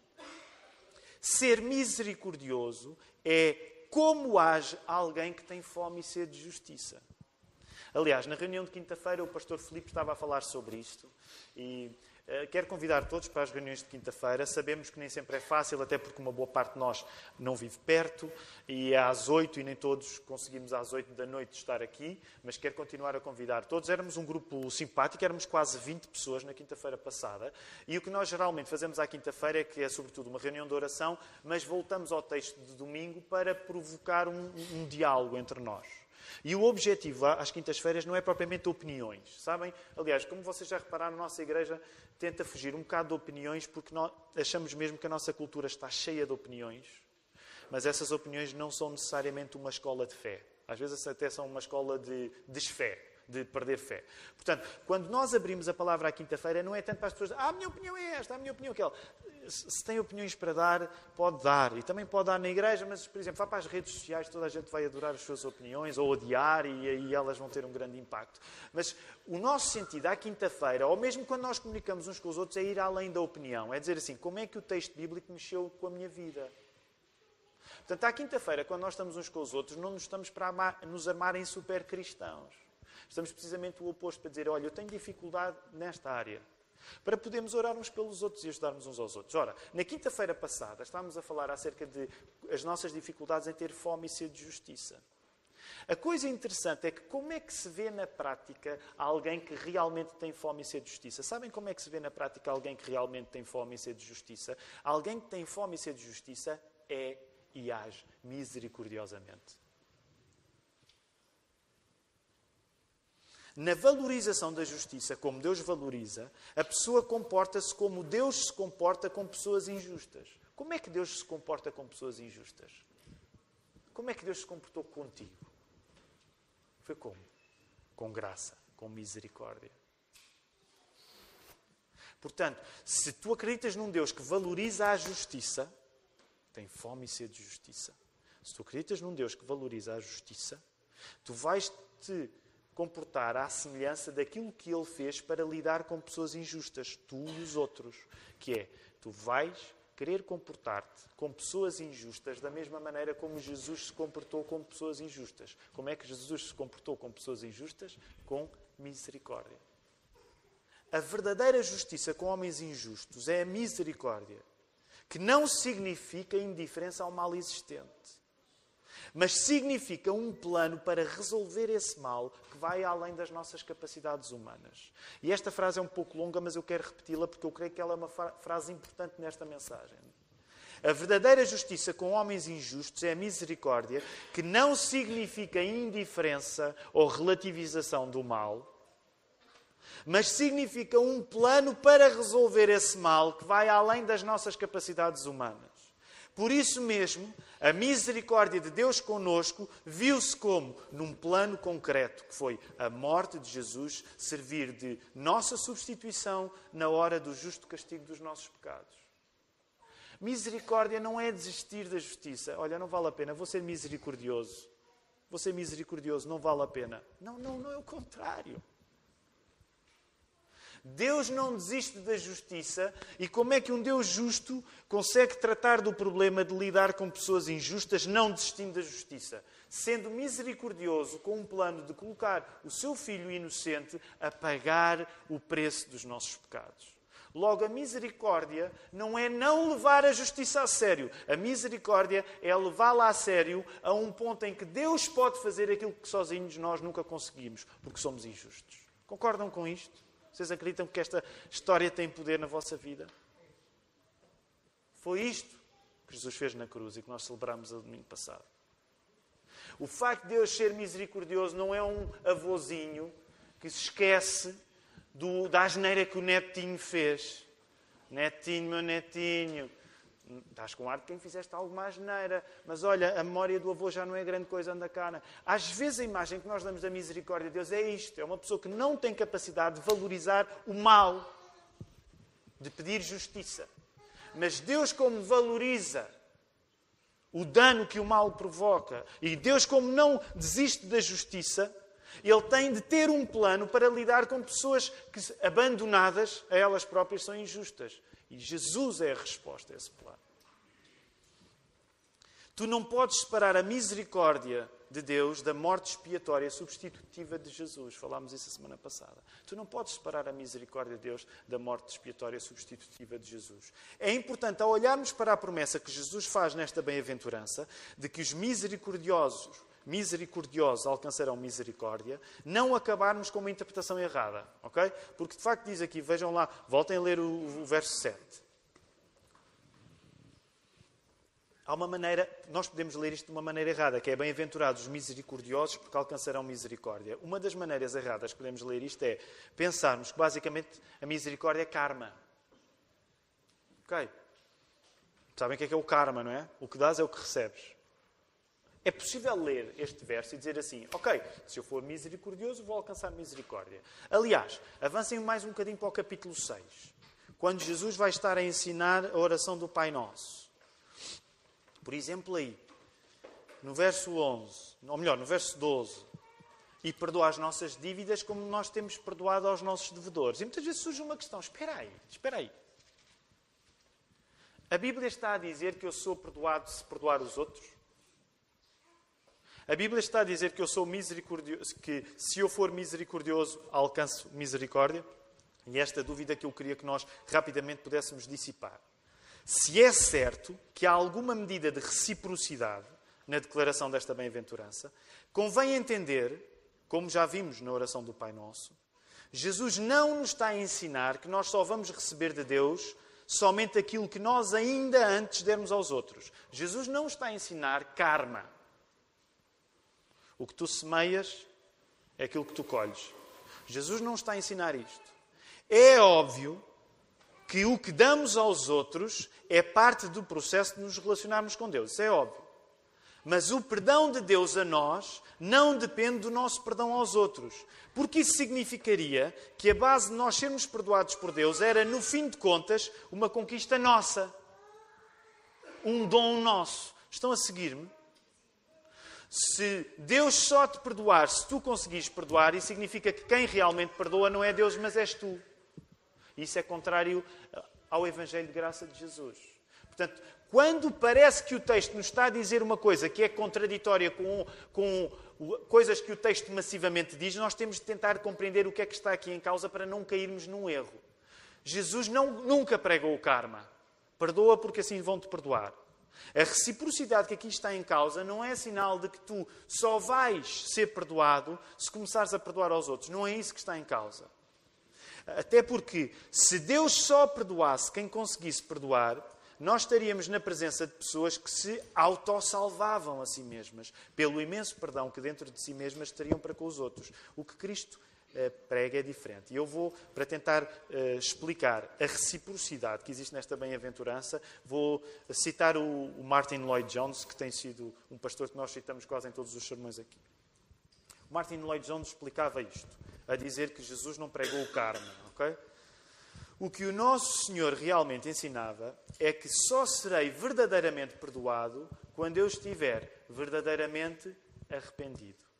ser misericordioso é como age alguém que tem fome e sede de justiça. Aliás, na reunião de quinta-feira, o pastor Filipe estava a falar sobre isto e quero convidar todos para as reuniões de quinta-feira. Sabemos que nem sempre é fácil, até porque uma boa parte de nós não vive perto e é às 8 e nem todos conseguimos às 8 da noite estar aqui, mas quero continuar a convidar todos. Éramos um grupo simpático, éramos quase 20 pessoas na quinta-feira passada e o que nós geralmente fazemos à quinta-feira é que é sobretudo uma reunião de oração, mas voltamos ao texto de domingo para provocar um diálogo entre nós. E o objetivo às quintas-feiras não é propriamente opiniões, sabem? Aliás, como vocês já repararam, a nossa igreja tenta fugir um bocado de opiniões porque nós achamos mesmo que a nossa cultura está cheia de opiniões, mas essas opiniões não são necessariamente uma escola de fé. Às vezes até são uma escola de desfé, de perder fé. Portanto, quando nós abrimos a palavra à quinta-feira, não é tanto para as pessoas, a minha opinião é esta, a minha opinião é aquela. Se tem opiniões para dar, pode dar. E também pode dar na igreja, mas, por exemplo, vá para as redes sociais, toda a gente vai adorar as suas opiniões, ou odiar, e aí elas vão ter um grande impacto. Mas o nosso sentido à quinta-feira, ou mesmo quando nós comunicamos uns com os outros, é ir além da opinião. É dizer assim, como é que o texto bíblico mexeu com a minha vida? Portanto, à quinta-feira, quando nós estamos uns com os outros, não nos estamos para nos amarem super cristãos. Estamos precisamente o oposto, para dizer, olha, eu tenho dificuldade nesta área. Para podermos orar uns pelos outros e ajudarmos uns aos outros. Ora, na quinta-feira passada estávamos a falar acerca de as nossas dificuldades em ter fome e sede de justiça. A coisa interessante é que como é que se vê na prática alguém que realmente tem fome e sede de justiça? Sabem como é que se vê na prática alguém que realmente tem fome e sede de justiça? Alguém que tem fome e sede de justiça é e age misericordiosamente. Na valorização da justiça, como Deus valoriza, a pessoa comporta-se como Deus se comporta com pessoas injustas. Como é que Deus se comporta com pessoas injustas? Como é que Deus se comportou contigo? Foi como? Com graça, com misericórdia. Portanto, se tu acreditas num Deus que valoriza a justiça, Tem fome e sede de justiça. Se tu acreditas num Deus que valoriza a justiça, tu vais-te comportar à semelhança daquilo que Ele fez para lidar com pessoas injustas, tu e os outros. Que é, tu vais querer comportar-te com pessoas injustas da mesma maneira como Jesus se comportou com pessoas injustas. Como é que Jesus se comportou com pessoas injustas? Com misericórdia. A verdadeira justiça com homens injustos é a misericórdia, que não significa indiferença ao mal existente, mas significa um plano para resolver esse mal que vai além das nossas capacidades humanas. E esta frase é um pouco longa, mas eu quero repeti-la porque eu creio que ela é uma frase importante nesta mensagem. A verdadeira justiça com homens injustos é a misericórdia, que não significa indiferença ou relativização do mal, mas significa um plano para resolver esse mal que vai além das nossas capacidades humanas. Por isso mesmo, a misericórdia de Deus conosco viu-se como num plano concreto, que foi a morte de Jesus servir de nossa substituição na hora do justo castigo dos nossos pecados. Misericórdia não é desistir da justiça. Olha, não vale a pena, vou ser misericordioso. Vou ser misericordioso, não vale a pena. Não é o contrário. Deus não desiste da justiça. E como é que um Deus justo consegue tratar do problema de lidar com pessoas injustas não desistindo da justiça? Sendo misericordioso com um plano de colocar o seu filho inocente a pagar o preço dos nossos pecados. Logo, a misericórdia não é não levar a justiça a sério. A misericórdia é levá-la a sério a um ponto em que Deus pode fazer aquilo que sozinhos nós nunca conseguimos, porque somos injustos. Concordam com isto? Vocês acreditam que esta história tem poder na vossa vida? Foi isto que Jesus fez na cruz e que nós celebramos no domingo passado. O facto de Deus ser misericordioso não é um avôzinho que se esquece da asneira que o netinho fez. Netinho, meu netinho, estás com ar de quem fizeste alguma asneira, mas olha, a memória do avô já não é grande coisa, anda cá. Às vezes a imagem que nós damos da misericórdia de Deus é isto, é uma pessoa que não tem capacidade de valorizar o mal, de pedir justiça. Mas Deus, como valoriza o dano que o mal provoca, e Deus, como não desiste da justiça, Ele tem de ter um plano para lidar com pessoas que, abandonadas a elas próprias, são injustas. E Jesus é a resposta a esse plano. Tu não podes separar a misericórdia de Deus da morte expiatória substitutiva de Jesus. Falámos isso a semana passada. Tu não podes separar a misericórdia de Deus da morte expiatória substitutiva de Jesus. É importante, ao olharmos para a promessa que Jesus faz nesta bem-aventurança, de que os misericordiosos alcançarão misericórdia, não acabarmos com uma interpretação errada, ok? Porque de facto diz aqui, vejam lá, voltem a ler o verso 7. Há uma maneira, nós podemos ler isto de uma maneira errada, que é bem-aventurados os misericordiosos porque alcançarão misericórdia. Uma das maneiras erradas que podemos ler isto é pensarmos que basicamente a misericórdia é karma. Ok? Sabem o que é o karma, não é? O que dás é o que recebes. É possível ler este verso e dizer assim, ok, se eu for misericordioso, vou alcançar misericórdia. Aliás, avancem mais um bocadinho para o capítulo 6, quando Jesus vai estar a ensinar a oração do Pai Nosso. Por exemplo, aí, no verso 11, ou melhor, no verso 12, e perdoa as nossas dívidas como nós temos perdoado aos nossos devedores. E muitas vezes surge uma questão, espera aí. A Bíblia está a dizer que eu sou perdoado se perdoar os outros? A Bíblia está a dizer que eu sou misericordioso, que se eu for misericordioso, alcanço misericórdia? E esta dúvida que eu queria que nós rapidamente pudéssemos dissipar. Se é certo que há alguma medida de reciprocidade na declaração desta bem-aventurança, convém entender, como já vimos na oração do Pai Nosso, Jesus não nos está a ensinar que nós só vamos receber de Deus somente aquilo que nós ainda antes dermos aos outros. Jesus não está a ensinar karma. O que tu semeias é aquilo que tu colhes. Jesus não está a ensinar isto. É óbvio que o que damos aos outros é parte do processo de nos relacionarmos com Deus. Isso é óbvio. Mas o perdão de Deus a nós não depende do nosso perdão aos outros. Porque isso significaria que a base de nós sermos perdoados por Deus era, no fim de contas, uma conquista nossa. um dom nosso. Estão a seguir-me? Se Deus só te perdoar, se tu conseguires perdoar, isso significa que quem realmente perdoa não é Deus, mas és tu. Isso é contrário ao Evangelho de Graça de Jesus. Portanto, quando parece que o texto nos está a dizer uma coisa que é contraditória com coisas que o texto massivamente diz, nós temos de tentar compreender o que é que está aqui em causa para não cairmos num erro. Jesus nunca pregou o karma. Perdoa porque assim vão-te perdoar. A reciprocidade que aqui está em causa não é sinal de que tu só vais ser perdoado se começares a perdoar aos outros. Não é isso que está em causa. Até porque, se Deus só perdoasse quem conseguisse perdoar, nós estaríamos na presença de pessoas que se autossalvavam a si mesmas, pelo imenso perdão que dentro de si mesmas teriam para com os outros. O que Cristo prega é diferente. E eu vou, para tentar explicar a reciprocidade que existe nesta bem-aventurança, vou citar o Martin Lloyd-Jones, que tem sido um pastor que nós citamos quase em todos os sermões aqui. O Martin Lloyd-Jones explicava isto, a dizer que Jesus não pregou o karma, ok? O que o nosso Senhor realmente ensinava é que só serei verdadeiramente perdoado quando eu estiver verdadeiramente arrependido.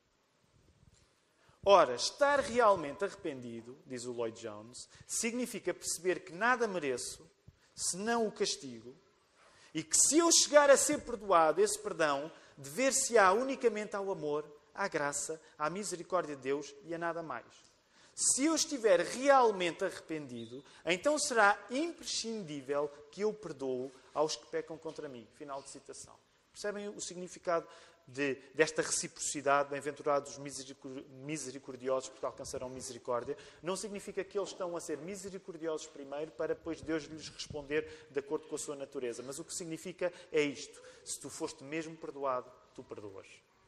Ora, estar realmente arrependido, diz o Lloyd Jones, significa perceber que nada mereço, senão o castigo, e que se eu chegar a ser perdoado, esse perdão dever-se-á unicamente ao amor, à graça, à misericórdia de Deus e a nada mais. Se eu estiver realmente arrependido, então será imprescindível que eu perdoo aos que pecam contra mim. Final de citação. Percebem o significado desta reciprocidade? Bem-aventurados os misericordiosos, porque alcançarão misericórdia. Não significa que eles estão a ser misericordiosos primeiro para depois Deus lhes responder de acordo com a sua natureza. Mas o que significa é isto. Se tu foste mesmo perdoado, tu perdoas.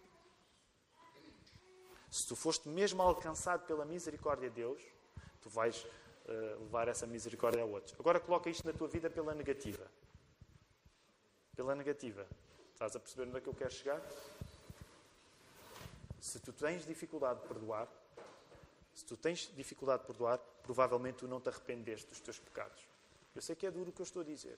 Se tu foste mesmo alcançado pela misericórdia de Deus, tu vais levar essa misericórdia a outros. Agora coloca isto na tua vida pela negativa. Pela negativa. Estás a perceber onde é que eu quero chegar? Se tu tens dificuldade de perdoar, provavelmente tu não te arrependeste dos teus pecados. Eu sei que é duro o que eu estou a dizer.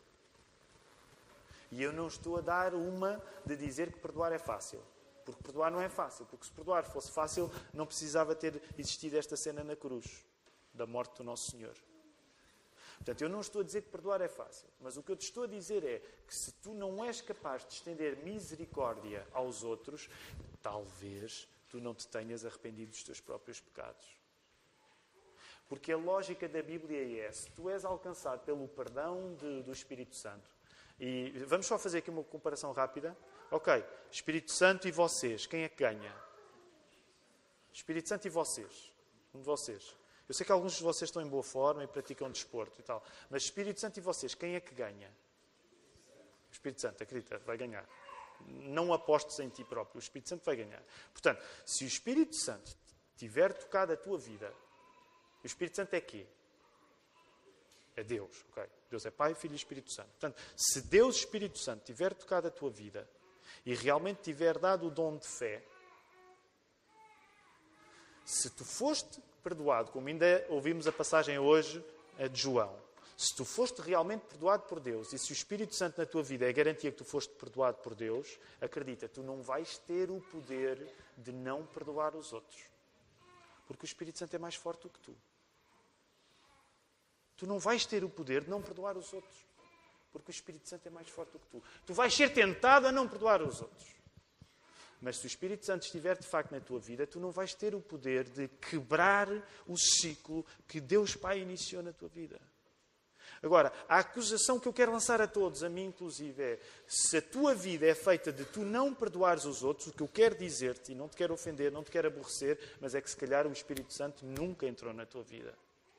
E eu não estou a dar uma de dizer que perdoar é fácil. Porque perdoar não é fácil. Porque se perdoar fosse fácil, não precisava ter existido esta cena na cruz, da morte do nosso Senhor. Portanto, eu não estou a dizer que perdoar é fácil. Mas o que eu te estou a dizer é que se tu não és capaz de estender misericórdia aos outros, talvez tu não te tenhas arrependido dos teus próprios pecados. Porque a lógica da Bíblia é: se tu és alcançado pelo perdão do Espírito Santo, e vamos só fazer aqui uma comparação rápida. Ok, Espírito Santo e vocês, quem é que ganha? Espírito Santo e vocês. Um de vocês. Eu sei que alguns de vocês estão em boa forma e praticam desporto e tal. Mas Espírito Santo e vocês, quem é que ganha? O Espírito Santo, acredita, vai ganhar. Não apostes em ti próprio. O Espírito Santo vai ganhar. Portanto, se o Espírito Santo tiver tocado a tua vida, o Espírito Santo é quê? É Deus, ok? Deus é Pai, Filho e Espírito Santo. Portanto, se Deus, Espírito Santo, tiver tocado a tua vida e realmente tiver dado o dom de fé, se tu foste perdoado, como ainda ouvimos a passagem hoje de João, se tu foste realmente perdoado por Deus e se o Espírito Santo na tua vida é garantia que tu foste perdoado por Deus, acredita, tu não vais ter o poder de não perdoar os outros. Porque o Espírito Santo é mais forte do que tu. Tu não vais ter o poder de não perdoar os outros. Porque o Espírito Santo é mais forte do que tu. Tu vais ser tentado a não perdoar os outros. Mas se o Espírito Santo estiver de facto na tua vida, tu não vais ter o poder de quebrar o ciclo que Deus Pai iniciou na tua vida. Agora, a acusação que eu quero lançar a todos, a mim inclusive, é: se a tua vida é feita de tu não perdoares os outros, o que eu quero dizer-te, e não te quero ofender, não te quero aborrecer, mas é que se calhar o Espírito Santo nunca entrou na tua vida.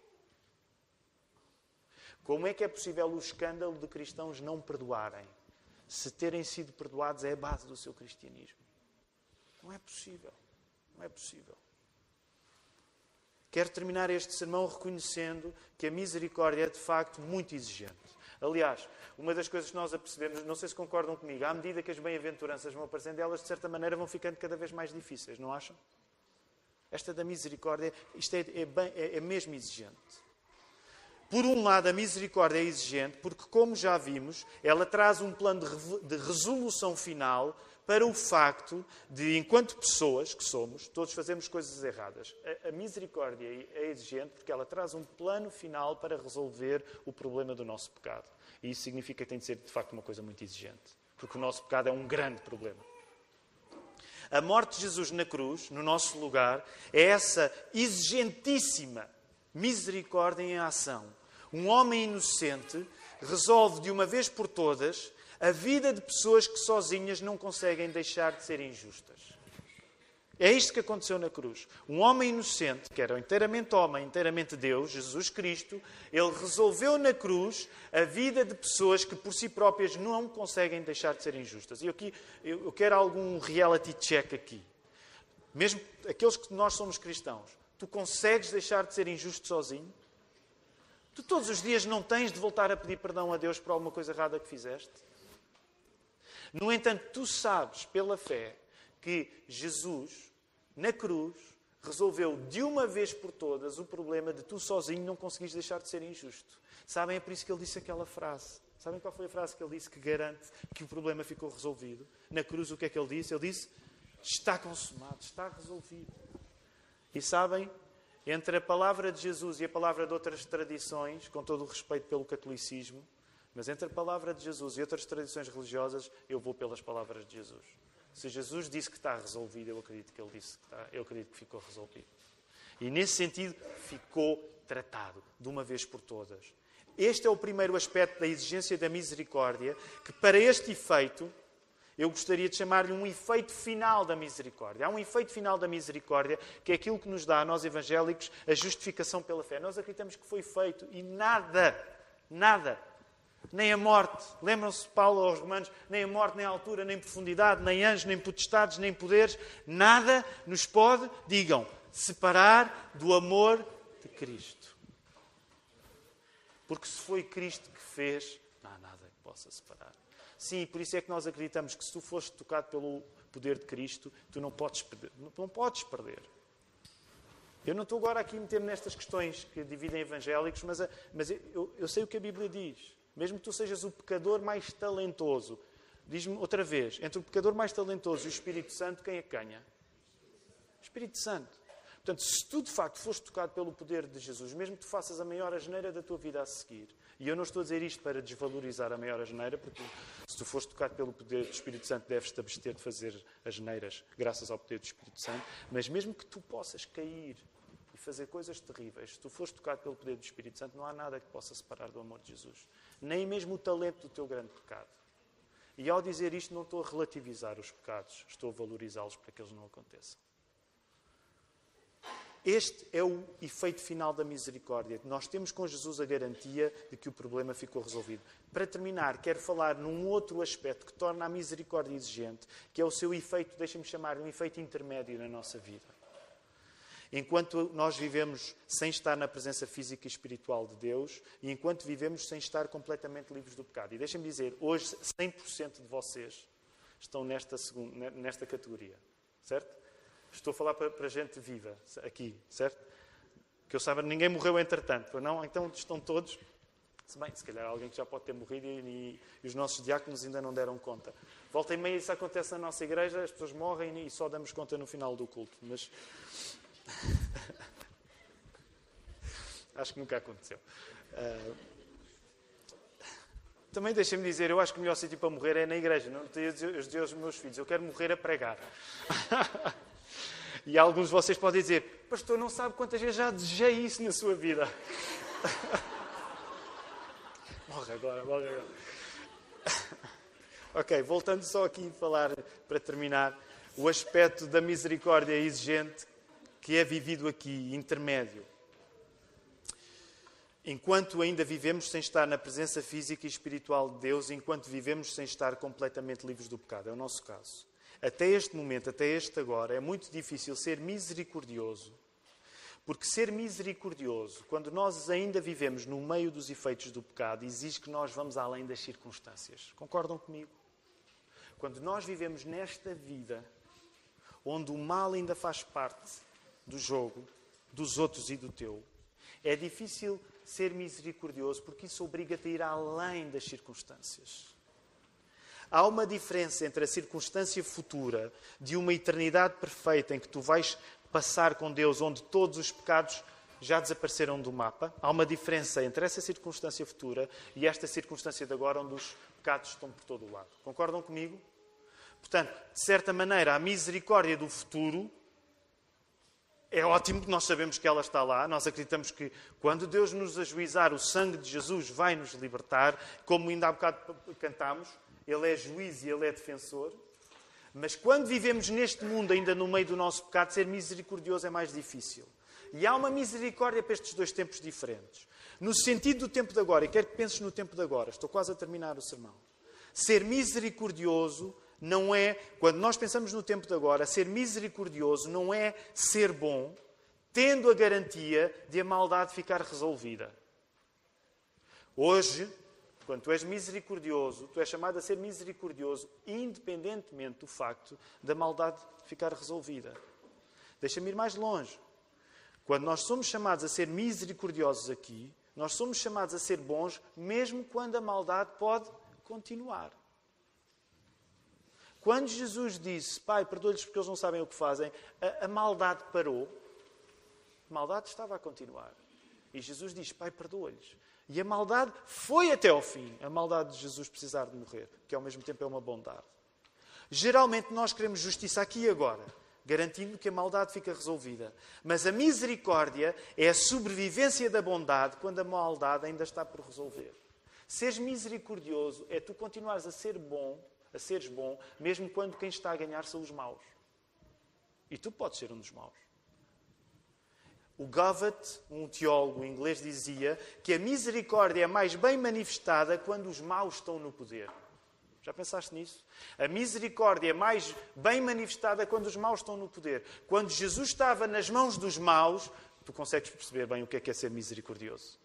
Como é que é possível o escândalo de cristãos não perdoarem? Se terem sido perdoados é a base do seu cristianismo. Não é possível. Não é possível. Quero terminar este sermão reconhecendo que a misericórdia é de facto muito exigente. Aliás, uma das coisas que nós apercebemos, não sei se concordam comigo, à medida que as bem-aventuranças vão aparecendo, elas de certa maneira vão ficando cada vez mais difíceis, não acham? Esta da misericórdia, isto é mesmo exigente. Por um lado, a misericórdia é exigente, porque, como já vimos, ela traz um plano de resolução final para o facto de, enquanto pessoas que somos, todos fazemos coisas erradas. A misericórdia é exigente porque ela traz um plano final para resolver o problema do nosso pecado. E isso significa que tem de ser, de facto, uma coisa muito exigente. Porque o nosso pecado é um grande problema. A morte de Jesus na cruz, no nosso lugar, é essa exigentíssima misericórdia em ação. Um homem inocente resolve de uma vez por todas a vida de pessoas que sozinhas não conseguem deixar de ser injustas. É isto que aconteceu na cruz. Um homem inocente, que era inteiramente homem, inteiramente Deus, Jesus Cristo, ele resolveu na cruz a vida de pessoas que por si próprias não conseguem deixar de ser injustas. E aqui eu quero algum reality check aqui. Mesmo aqueles que nós somos cristãos, tu consegues deixar de ser injusto sozinho? Tu todos os dias não tens de voltar a pedir perdão a Deus por alguma coisa errada que fizeste? No entanto, tu sabes, pela fé, que Jesus, na cruz, resolveu de uma vez por todas o problema de tu sozinho não conseguires deixar de ser injusto. Sabem, é por isso que ele disse aquela frase. Sabem qual foi a frase que ele disse que garante que o problema ficou resolvido? Na cruz, o que é que ele disse? Ele disse, está consumado, está resolvido. E sabem, entre a palavra de Jesus e a palavra de outras tradições, com todo o respeito pelo catolicismo, mas entre a palavra de Jesus e outras tradições religiosas, eu vou pelas palavras de Jesus. Se Jesus disse que está resolvido, eu acredito que ele disse que está, eu acredito que ficou resolvido. E nesse sentido, ficou tratado, de uma vez por todas. Este é o primeiro aspecto da exigência da misericórdia, que para este efeito, eu gostaria de chamar-lhe um efeito final da misericórdia. Há um efeito final da misericórdia, que é aquilo que nos dá, a nós evangélicos, a justificação pela fé. Nós acreditamos que foi feito e nada, nem a morte, lembram-se de Paulo aos Romanos, nem a morte, nem a altura, nem profundidade, nem anjos, nem potestades, nem poderes, nada nos pode, digam, separar do amor de Cristo. Porque se foi Cristo que fez, não há nada que possa separar. Sim, por isso é que nós acreditamos que se tu foste tocado pelo poder de Cristo, tu não podes perder. Eu não estou agora aqui a meter-me nestas questões que dividem evangélicos, mas eu sei o que a Bíblia diz. Mesmo que tu sejas o pecador mais talentoso, diz-me outra vez, entre o pecador mais talentoso e o Espírito Santo, quem é que ganha? O Espírito Santo. Portanto, se tu de facto foste tocado pelo poder de Jesus, mesmo que tu faças a maior asneira da tua vida a seguir, e eu não estou a dizer isto para desvalorizar a maior asneira, porque se tu foste tocado pelo poder do Espírito Santo, deves-te abster de fazer asneiras graças ao poder do Espírito Santo, mas mesmo que tu possas cair e fazer coisas terríveis, se tu foste tocado pelo poder do Espírito Santo, não há nada que possa separar do amor de Jesus. Nem mesmo o talento do teu grande pecado. E ao dizer isto, não estou a relativizar os pecados, estou a valorizá-los para que eles não aconteçam. Este é o efeito final da misericórdia. Nós temos com Jesus a garantia de que o problema ficou resolvido. Para terminar, quero falar num outro aspecto que torna a misericórdia exigente, que é o seu efeito, deixem-me chamar, um efeito intermédio na nossa vida. Enquanto nós vivemos sem estar na presença física e espiritual de Deus e enquanto vivemos sem estar completamente livres do pecado. E deixem-me dizer, hoje 100% de vocês estão nesta categoria, certo? Estou a falar para gente viva aqui, certo? Que eu saiba, ninguém morreu entretanto, não? Então estão todos, se calhar alguém que já pode ter morrido e os nossos diáconos ainda não deram conta. Volta e meia isso acontece na nossa igreja, as pessoas morrem e só damos conta no final do culto, mas... acho que nunca aconteceu. Também deixem-me dizer, eu acho que o melhor sítio para morrer é na igreja. Não eu dizer aos meus filhos, eu quero morrer a pregar. E alguns de vocês podem dizer, pastor, não sabe quantas vezes já desejei isso na sua vida. Morre agora. Ok, voltando só aqui a falar, para terminar, o aspecto da misericórdia exigente que é vivido aqui, intermédio. Enquanto ainda vivemos sem estar na presença física e espiritual de Deus, enquanto vivemos sem estar completamente livres do pecado. É o nosso caso. Até este momento, até este agora, é muito difícil ser misericordioso. Porque ser misericordioso, quando nós ainda vivemos no meio dos efeitos do pecado, exige que nós vamos além das circunstâncias. Concordam comigo? Quando nós vivemos nesta vida, onde o mal ainda faz parte do jogo, dos outros e do teu, é difícil ser misericordioso porque isso obriga-te a ir além das circunstâncias. Há uma diferença entre a circunstância futura de uma eternidade perfeita em que tu vais passar com Deus, onde todos os pecados já desapareceram do mapa. Há uma diferença entre essa circunstância futura e esta circunstância de agora, onde os pecados estão por todo o lado. Concordam comigo? Portanto, de certa maneira, a misericórdia do futuro é ótimo que nós sabemos que ela está lá. Nós acreditamos que quando Deus nos ajuizar, o sangue de Jesus vai nos libertar. Como ainda há bocado cantámos, Ele é juiz e Ele é defensor. Mas quando vivemos neste mundo, ainda no meio do nosso pecado, ser misericordioso é mais difícil. E há uma misericórdia para estes dois tempos diferentes. No sentido do tempo de agora, e quero que penses no tempo de agora, estou quase a terminar o sermão. Ser misericordioso não é, quando nós pensamos no tempo de agora, ser misericordioso não é ser bom, tendo a garantia de a maldade ficar resolvida. Hoje, quando tu és misericordioso, tu és chamado a ser misericordioso, independentemente do facto da maldade ficar resolvida. Deixa-me ir mais longe. Quando nós somos chamados a ser misericordiosos aqui, nós somos chamados a ser bons, mesmo quando a maldade pode continuar. Quando Jesus disse, Pai, perdoa-lhes porque eles não sabem o que fazem, a maldade parou. A maldade estava a continuar. E Jesus diz, Pai, perdoa-lhes. E a maldade foi até ao fim. A maldade de Jesus precisar de morrer, que ao mesmo tempo é uma bondade. Geralmente nós queremos justiça aqui e agora, garantindo que a maldade fica resolvida. Mas a misericórdia é a sobrevivência da bondade quando a maldade ainda está por resolver. Seres misericordioso é tu continuares a ser bom, a seres bom, mesmo quando quem está a ganhar são os maus. E tu podes ser um dos maus. O Govett, um teólogo inglês, dizia que a misericórdia é mais bem manifestada quando os maus estão no poder. Já pensaste nisso? A misericórdia é mais bem manifestada quando os maus estão no poder. Quando Jesus estava nas mãos dos maus, tu consegues perceber bem o que é ser misericordioso.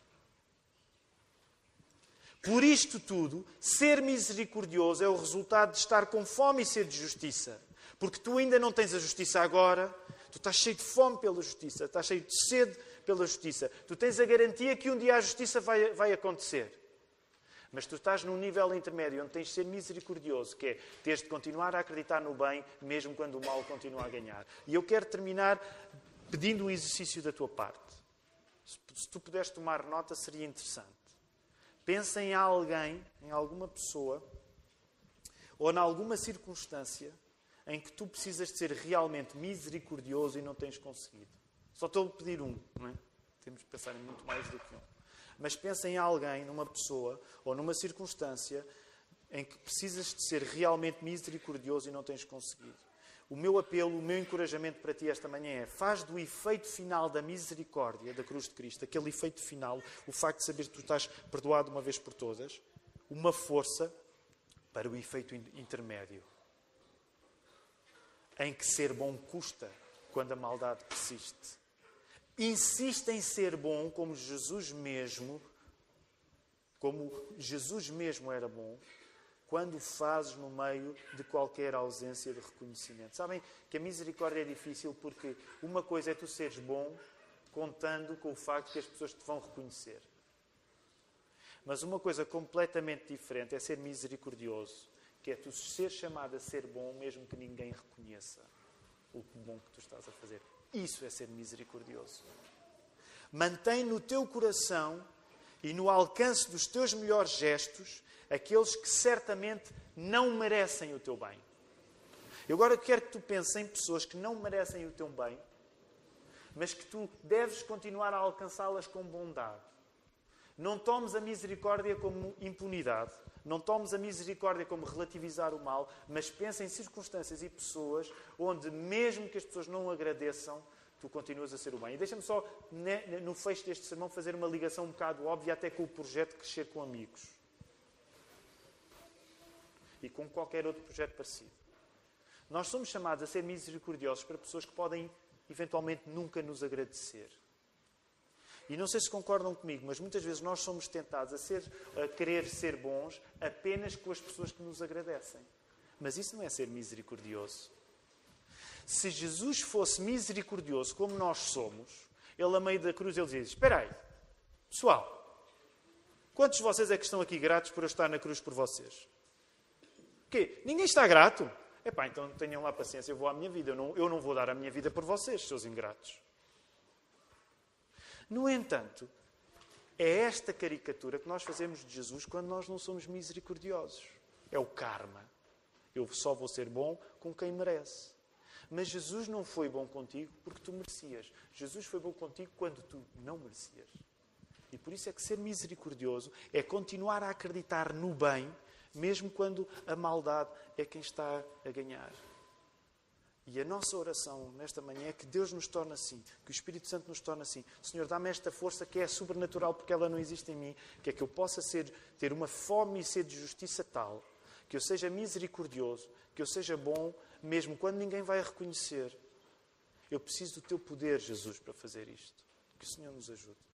Por isto tudo, ser misericordioso é o resultado de estar com fome e sede de justiça. Porque tu ainda não tens a justiça agora, tu estás cheio de fome pela justiça, estás cheio de sede pela justiça. Tu tens a garantia que um dia a justiça vai acontecer. Mas tu estás num nível intermédio onde tens de ser misericordioso, que é teres de continuar a acreditar no bem, mesmo quando o mal continua a ganhar. E eu quero terminar pedindo um exercício da tua parte. Se tu puderes tomar nota, seria interessante. Pensa em alguém, em alguma pessoa, ou em alguma circunstância em que tu precisas de ser realmente misericordioso e não tens conseguido. Só estou a pedir um, não é? Temos de pensar em muito mais do que um. Mas pensa em alguém, numa pessoa, ou numa circunstância em que precisas de ser realmente misericordioso e não tens conseguido. O meu apelo, o meu encorajamento para ti esta manhã é: faz do efeito final da misericórdia da cruz de Cristo, aquele efeito final, o facto de saber que tu estás perdoado uma vez por todas, uma força para o efeito intermédio, em que ser bom custa quando a maldade persiste. Insiste em ser bom como Jesus mesmo era bom, quando o fazes no meio de qualquer ausência de reconhecimento. Sabem que a misericórdia é difícil porque uma coisa é tu seres bom contando com o facto que as pessoas te vão reconhecer. Mas uma coisa completamente diferente é ser misericordioso, que é tu ser chamado a ser bom mesmo que ninguém reconheça o bom que tu estás a fazer. Isso é ser misericordioso. Mantém no teu coração e no alcance dos teus melhores gestos aqueles que certamente não merecem o teu bem. Eu agora quero que tu penses em pessoas que não merecem o teu bem, mas que tu deves continuar a alcançá-las com bondade. Não tomes a misericórdia como impunidade. Não tomes a misericórdia como relativizar o mal, mas pensa em circunstâncias e pessoas onde, mesmo que as pessoas não agradeçam, tu continuas a ser o bem. E deixa-me só, no fecho deste sermão, fazer uma ligação um bocado óbvia até com o projeto Crescer com Amigos. E com qualquer outro projeto parecido. Nós somos chamados a ser misericordiosos para pessoas que podem, eventualmente, nunca nos agradecer. E não sei se concordam comigo, mas muitas vezes nós somos tentados a querer ser bons apenas com as pessoas que nos agradecem. Mas isso não é ser misericordioso. Se Jesus fosse misericordioso como nós somos, Ele, a meio da cruz, Ele diz: espera aí, Pessoal, quantos de vocês é que estão aqui gratos por eu estar na cruz por vocês? O quê? Ninguém está grato? Epá, então tenham lá paciência, eu vou à minha vida. Eu não vou dar a minha vida por vocês, seus ingratos. No entanto, é esta caricatura que nós fazemos de Jesus quando nós não somos misericordiosos. É o karma. Eu só vou ser bom com quem merece. Mas Jesus não foi bom contigo porque tu merecias. Jesus foi bom contigo quando tu não merecias. E por isso é que ser misericordioso é continuar a acreditar no bem, mesmo quando a maldade é quem está a ganhar. E a nossa oração nesta manhã é que Deus nos torne assim, que o Espírito Santo nos torne assim. Senhor, dá-me esta força que é sobrenatural porque ela não existe em mim, que é que eu possa ter uma fome e sede de justiça tal, que eu seja misericordioso, que eu seja bom, mesmo quando ninguém vai reconhecer. Eu preciso do teu poder, Jesus, para fazer isto. Que o Senhor nos ajude.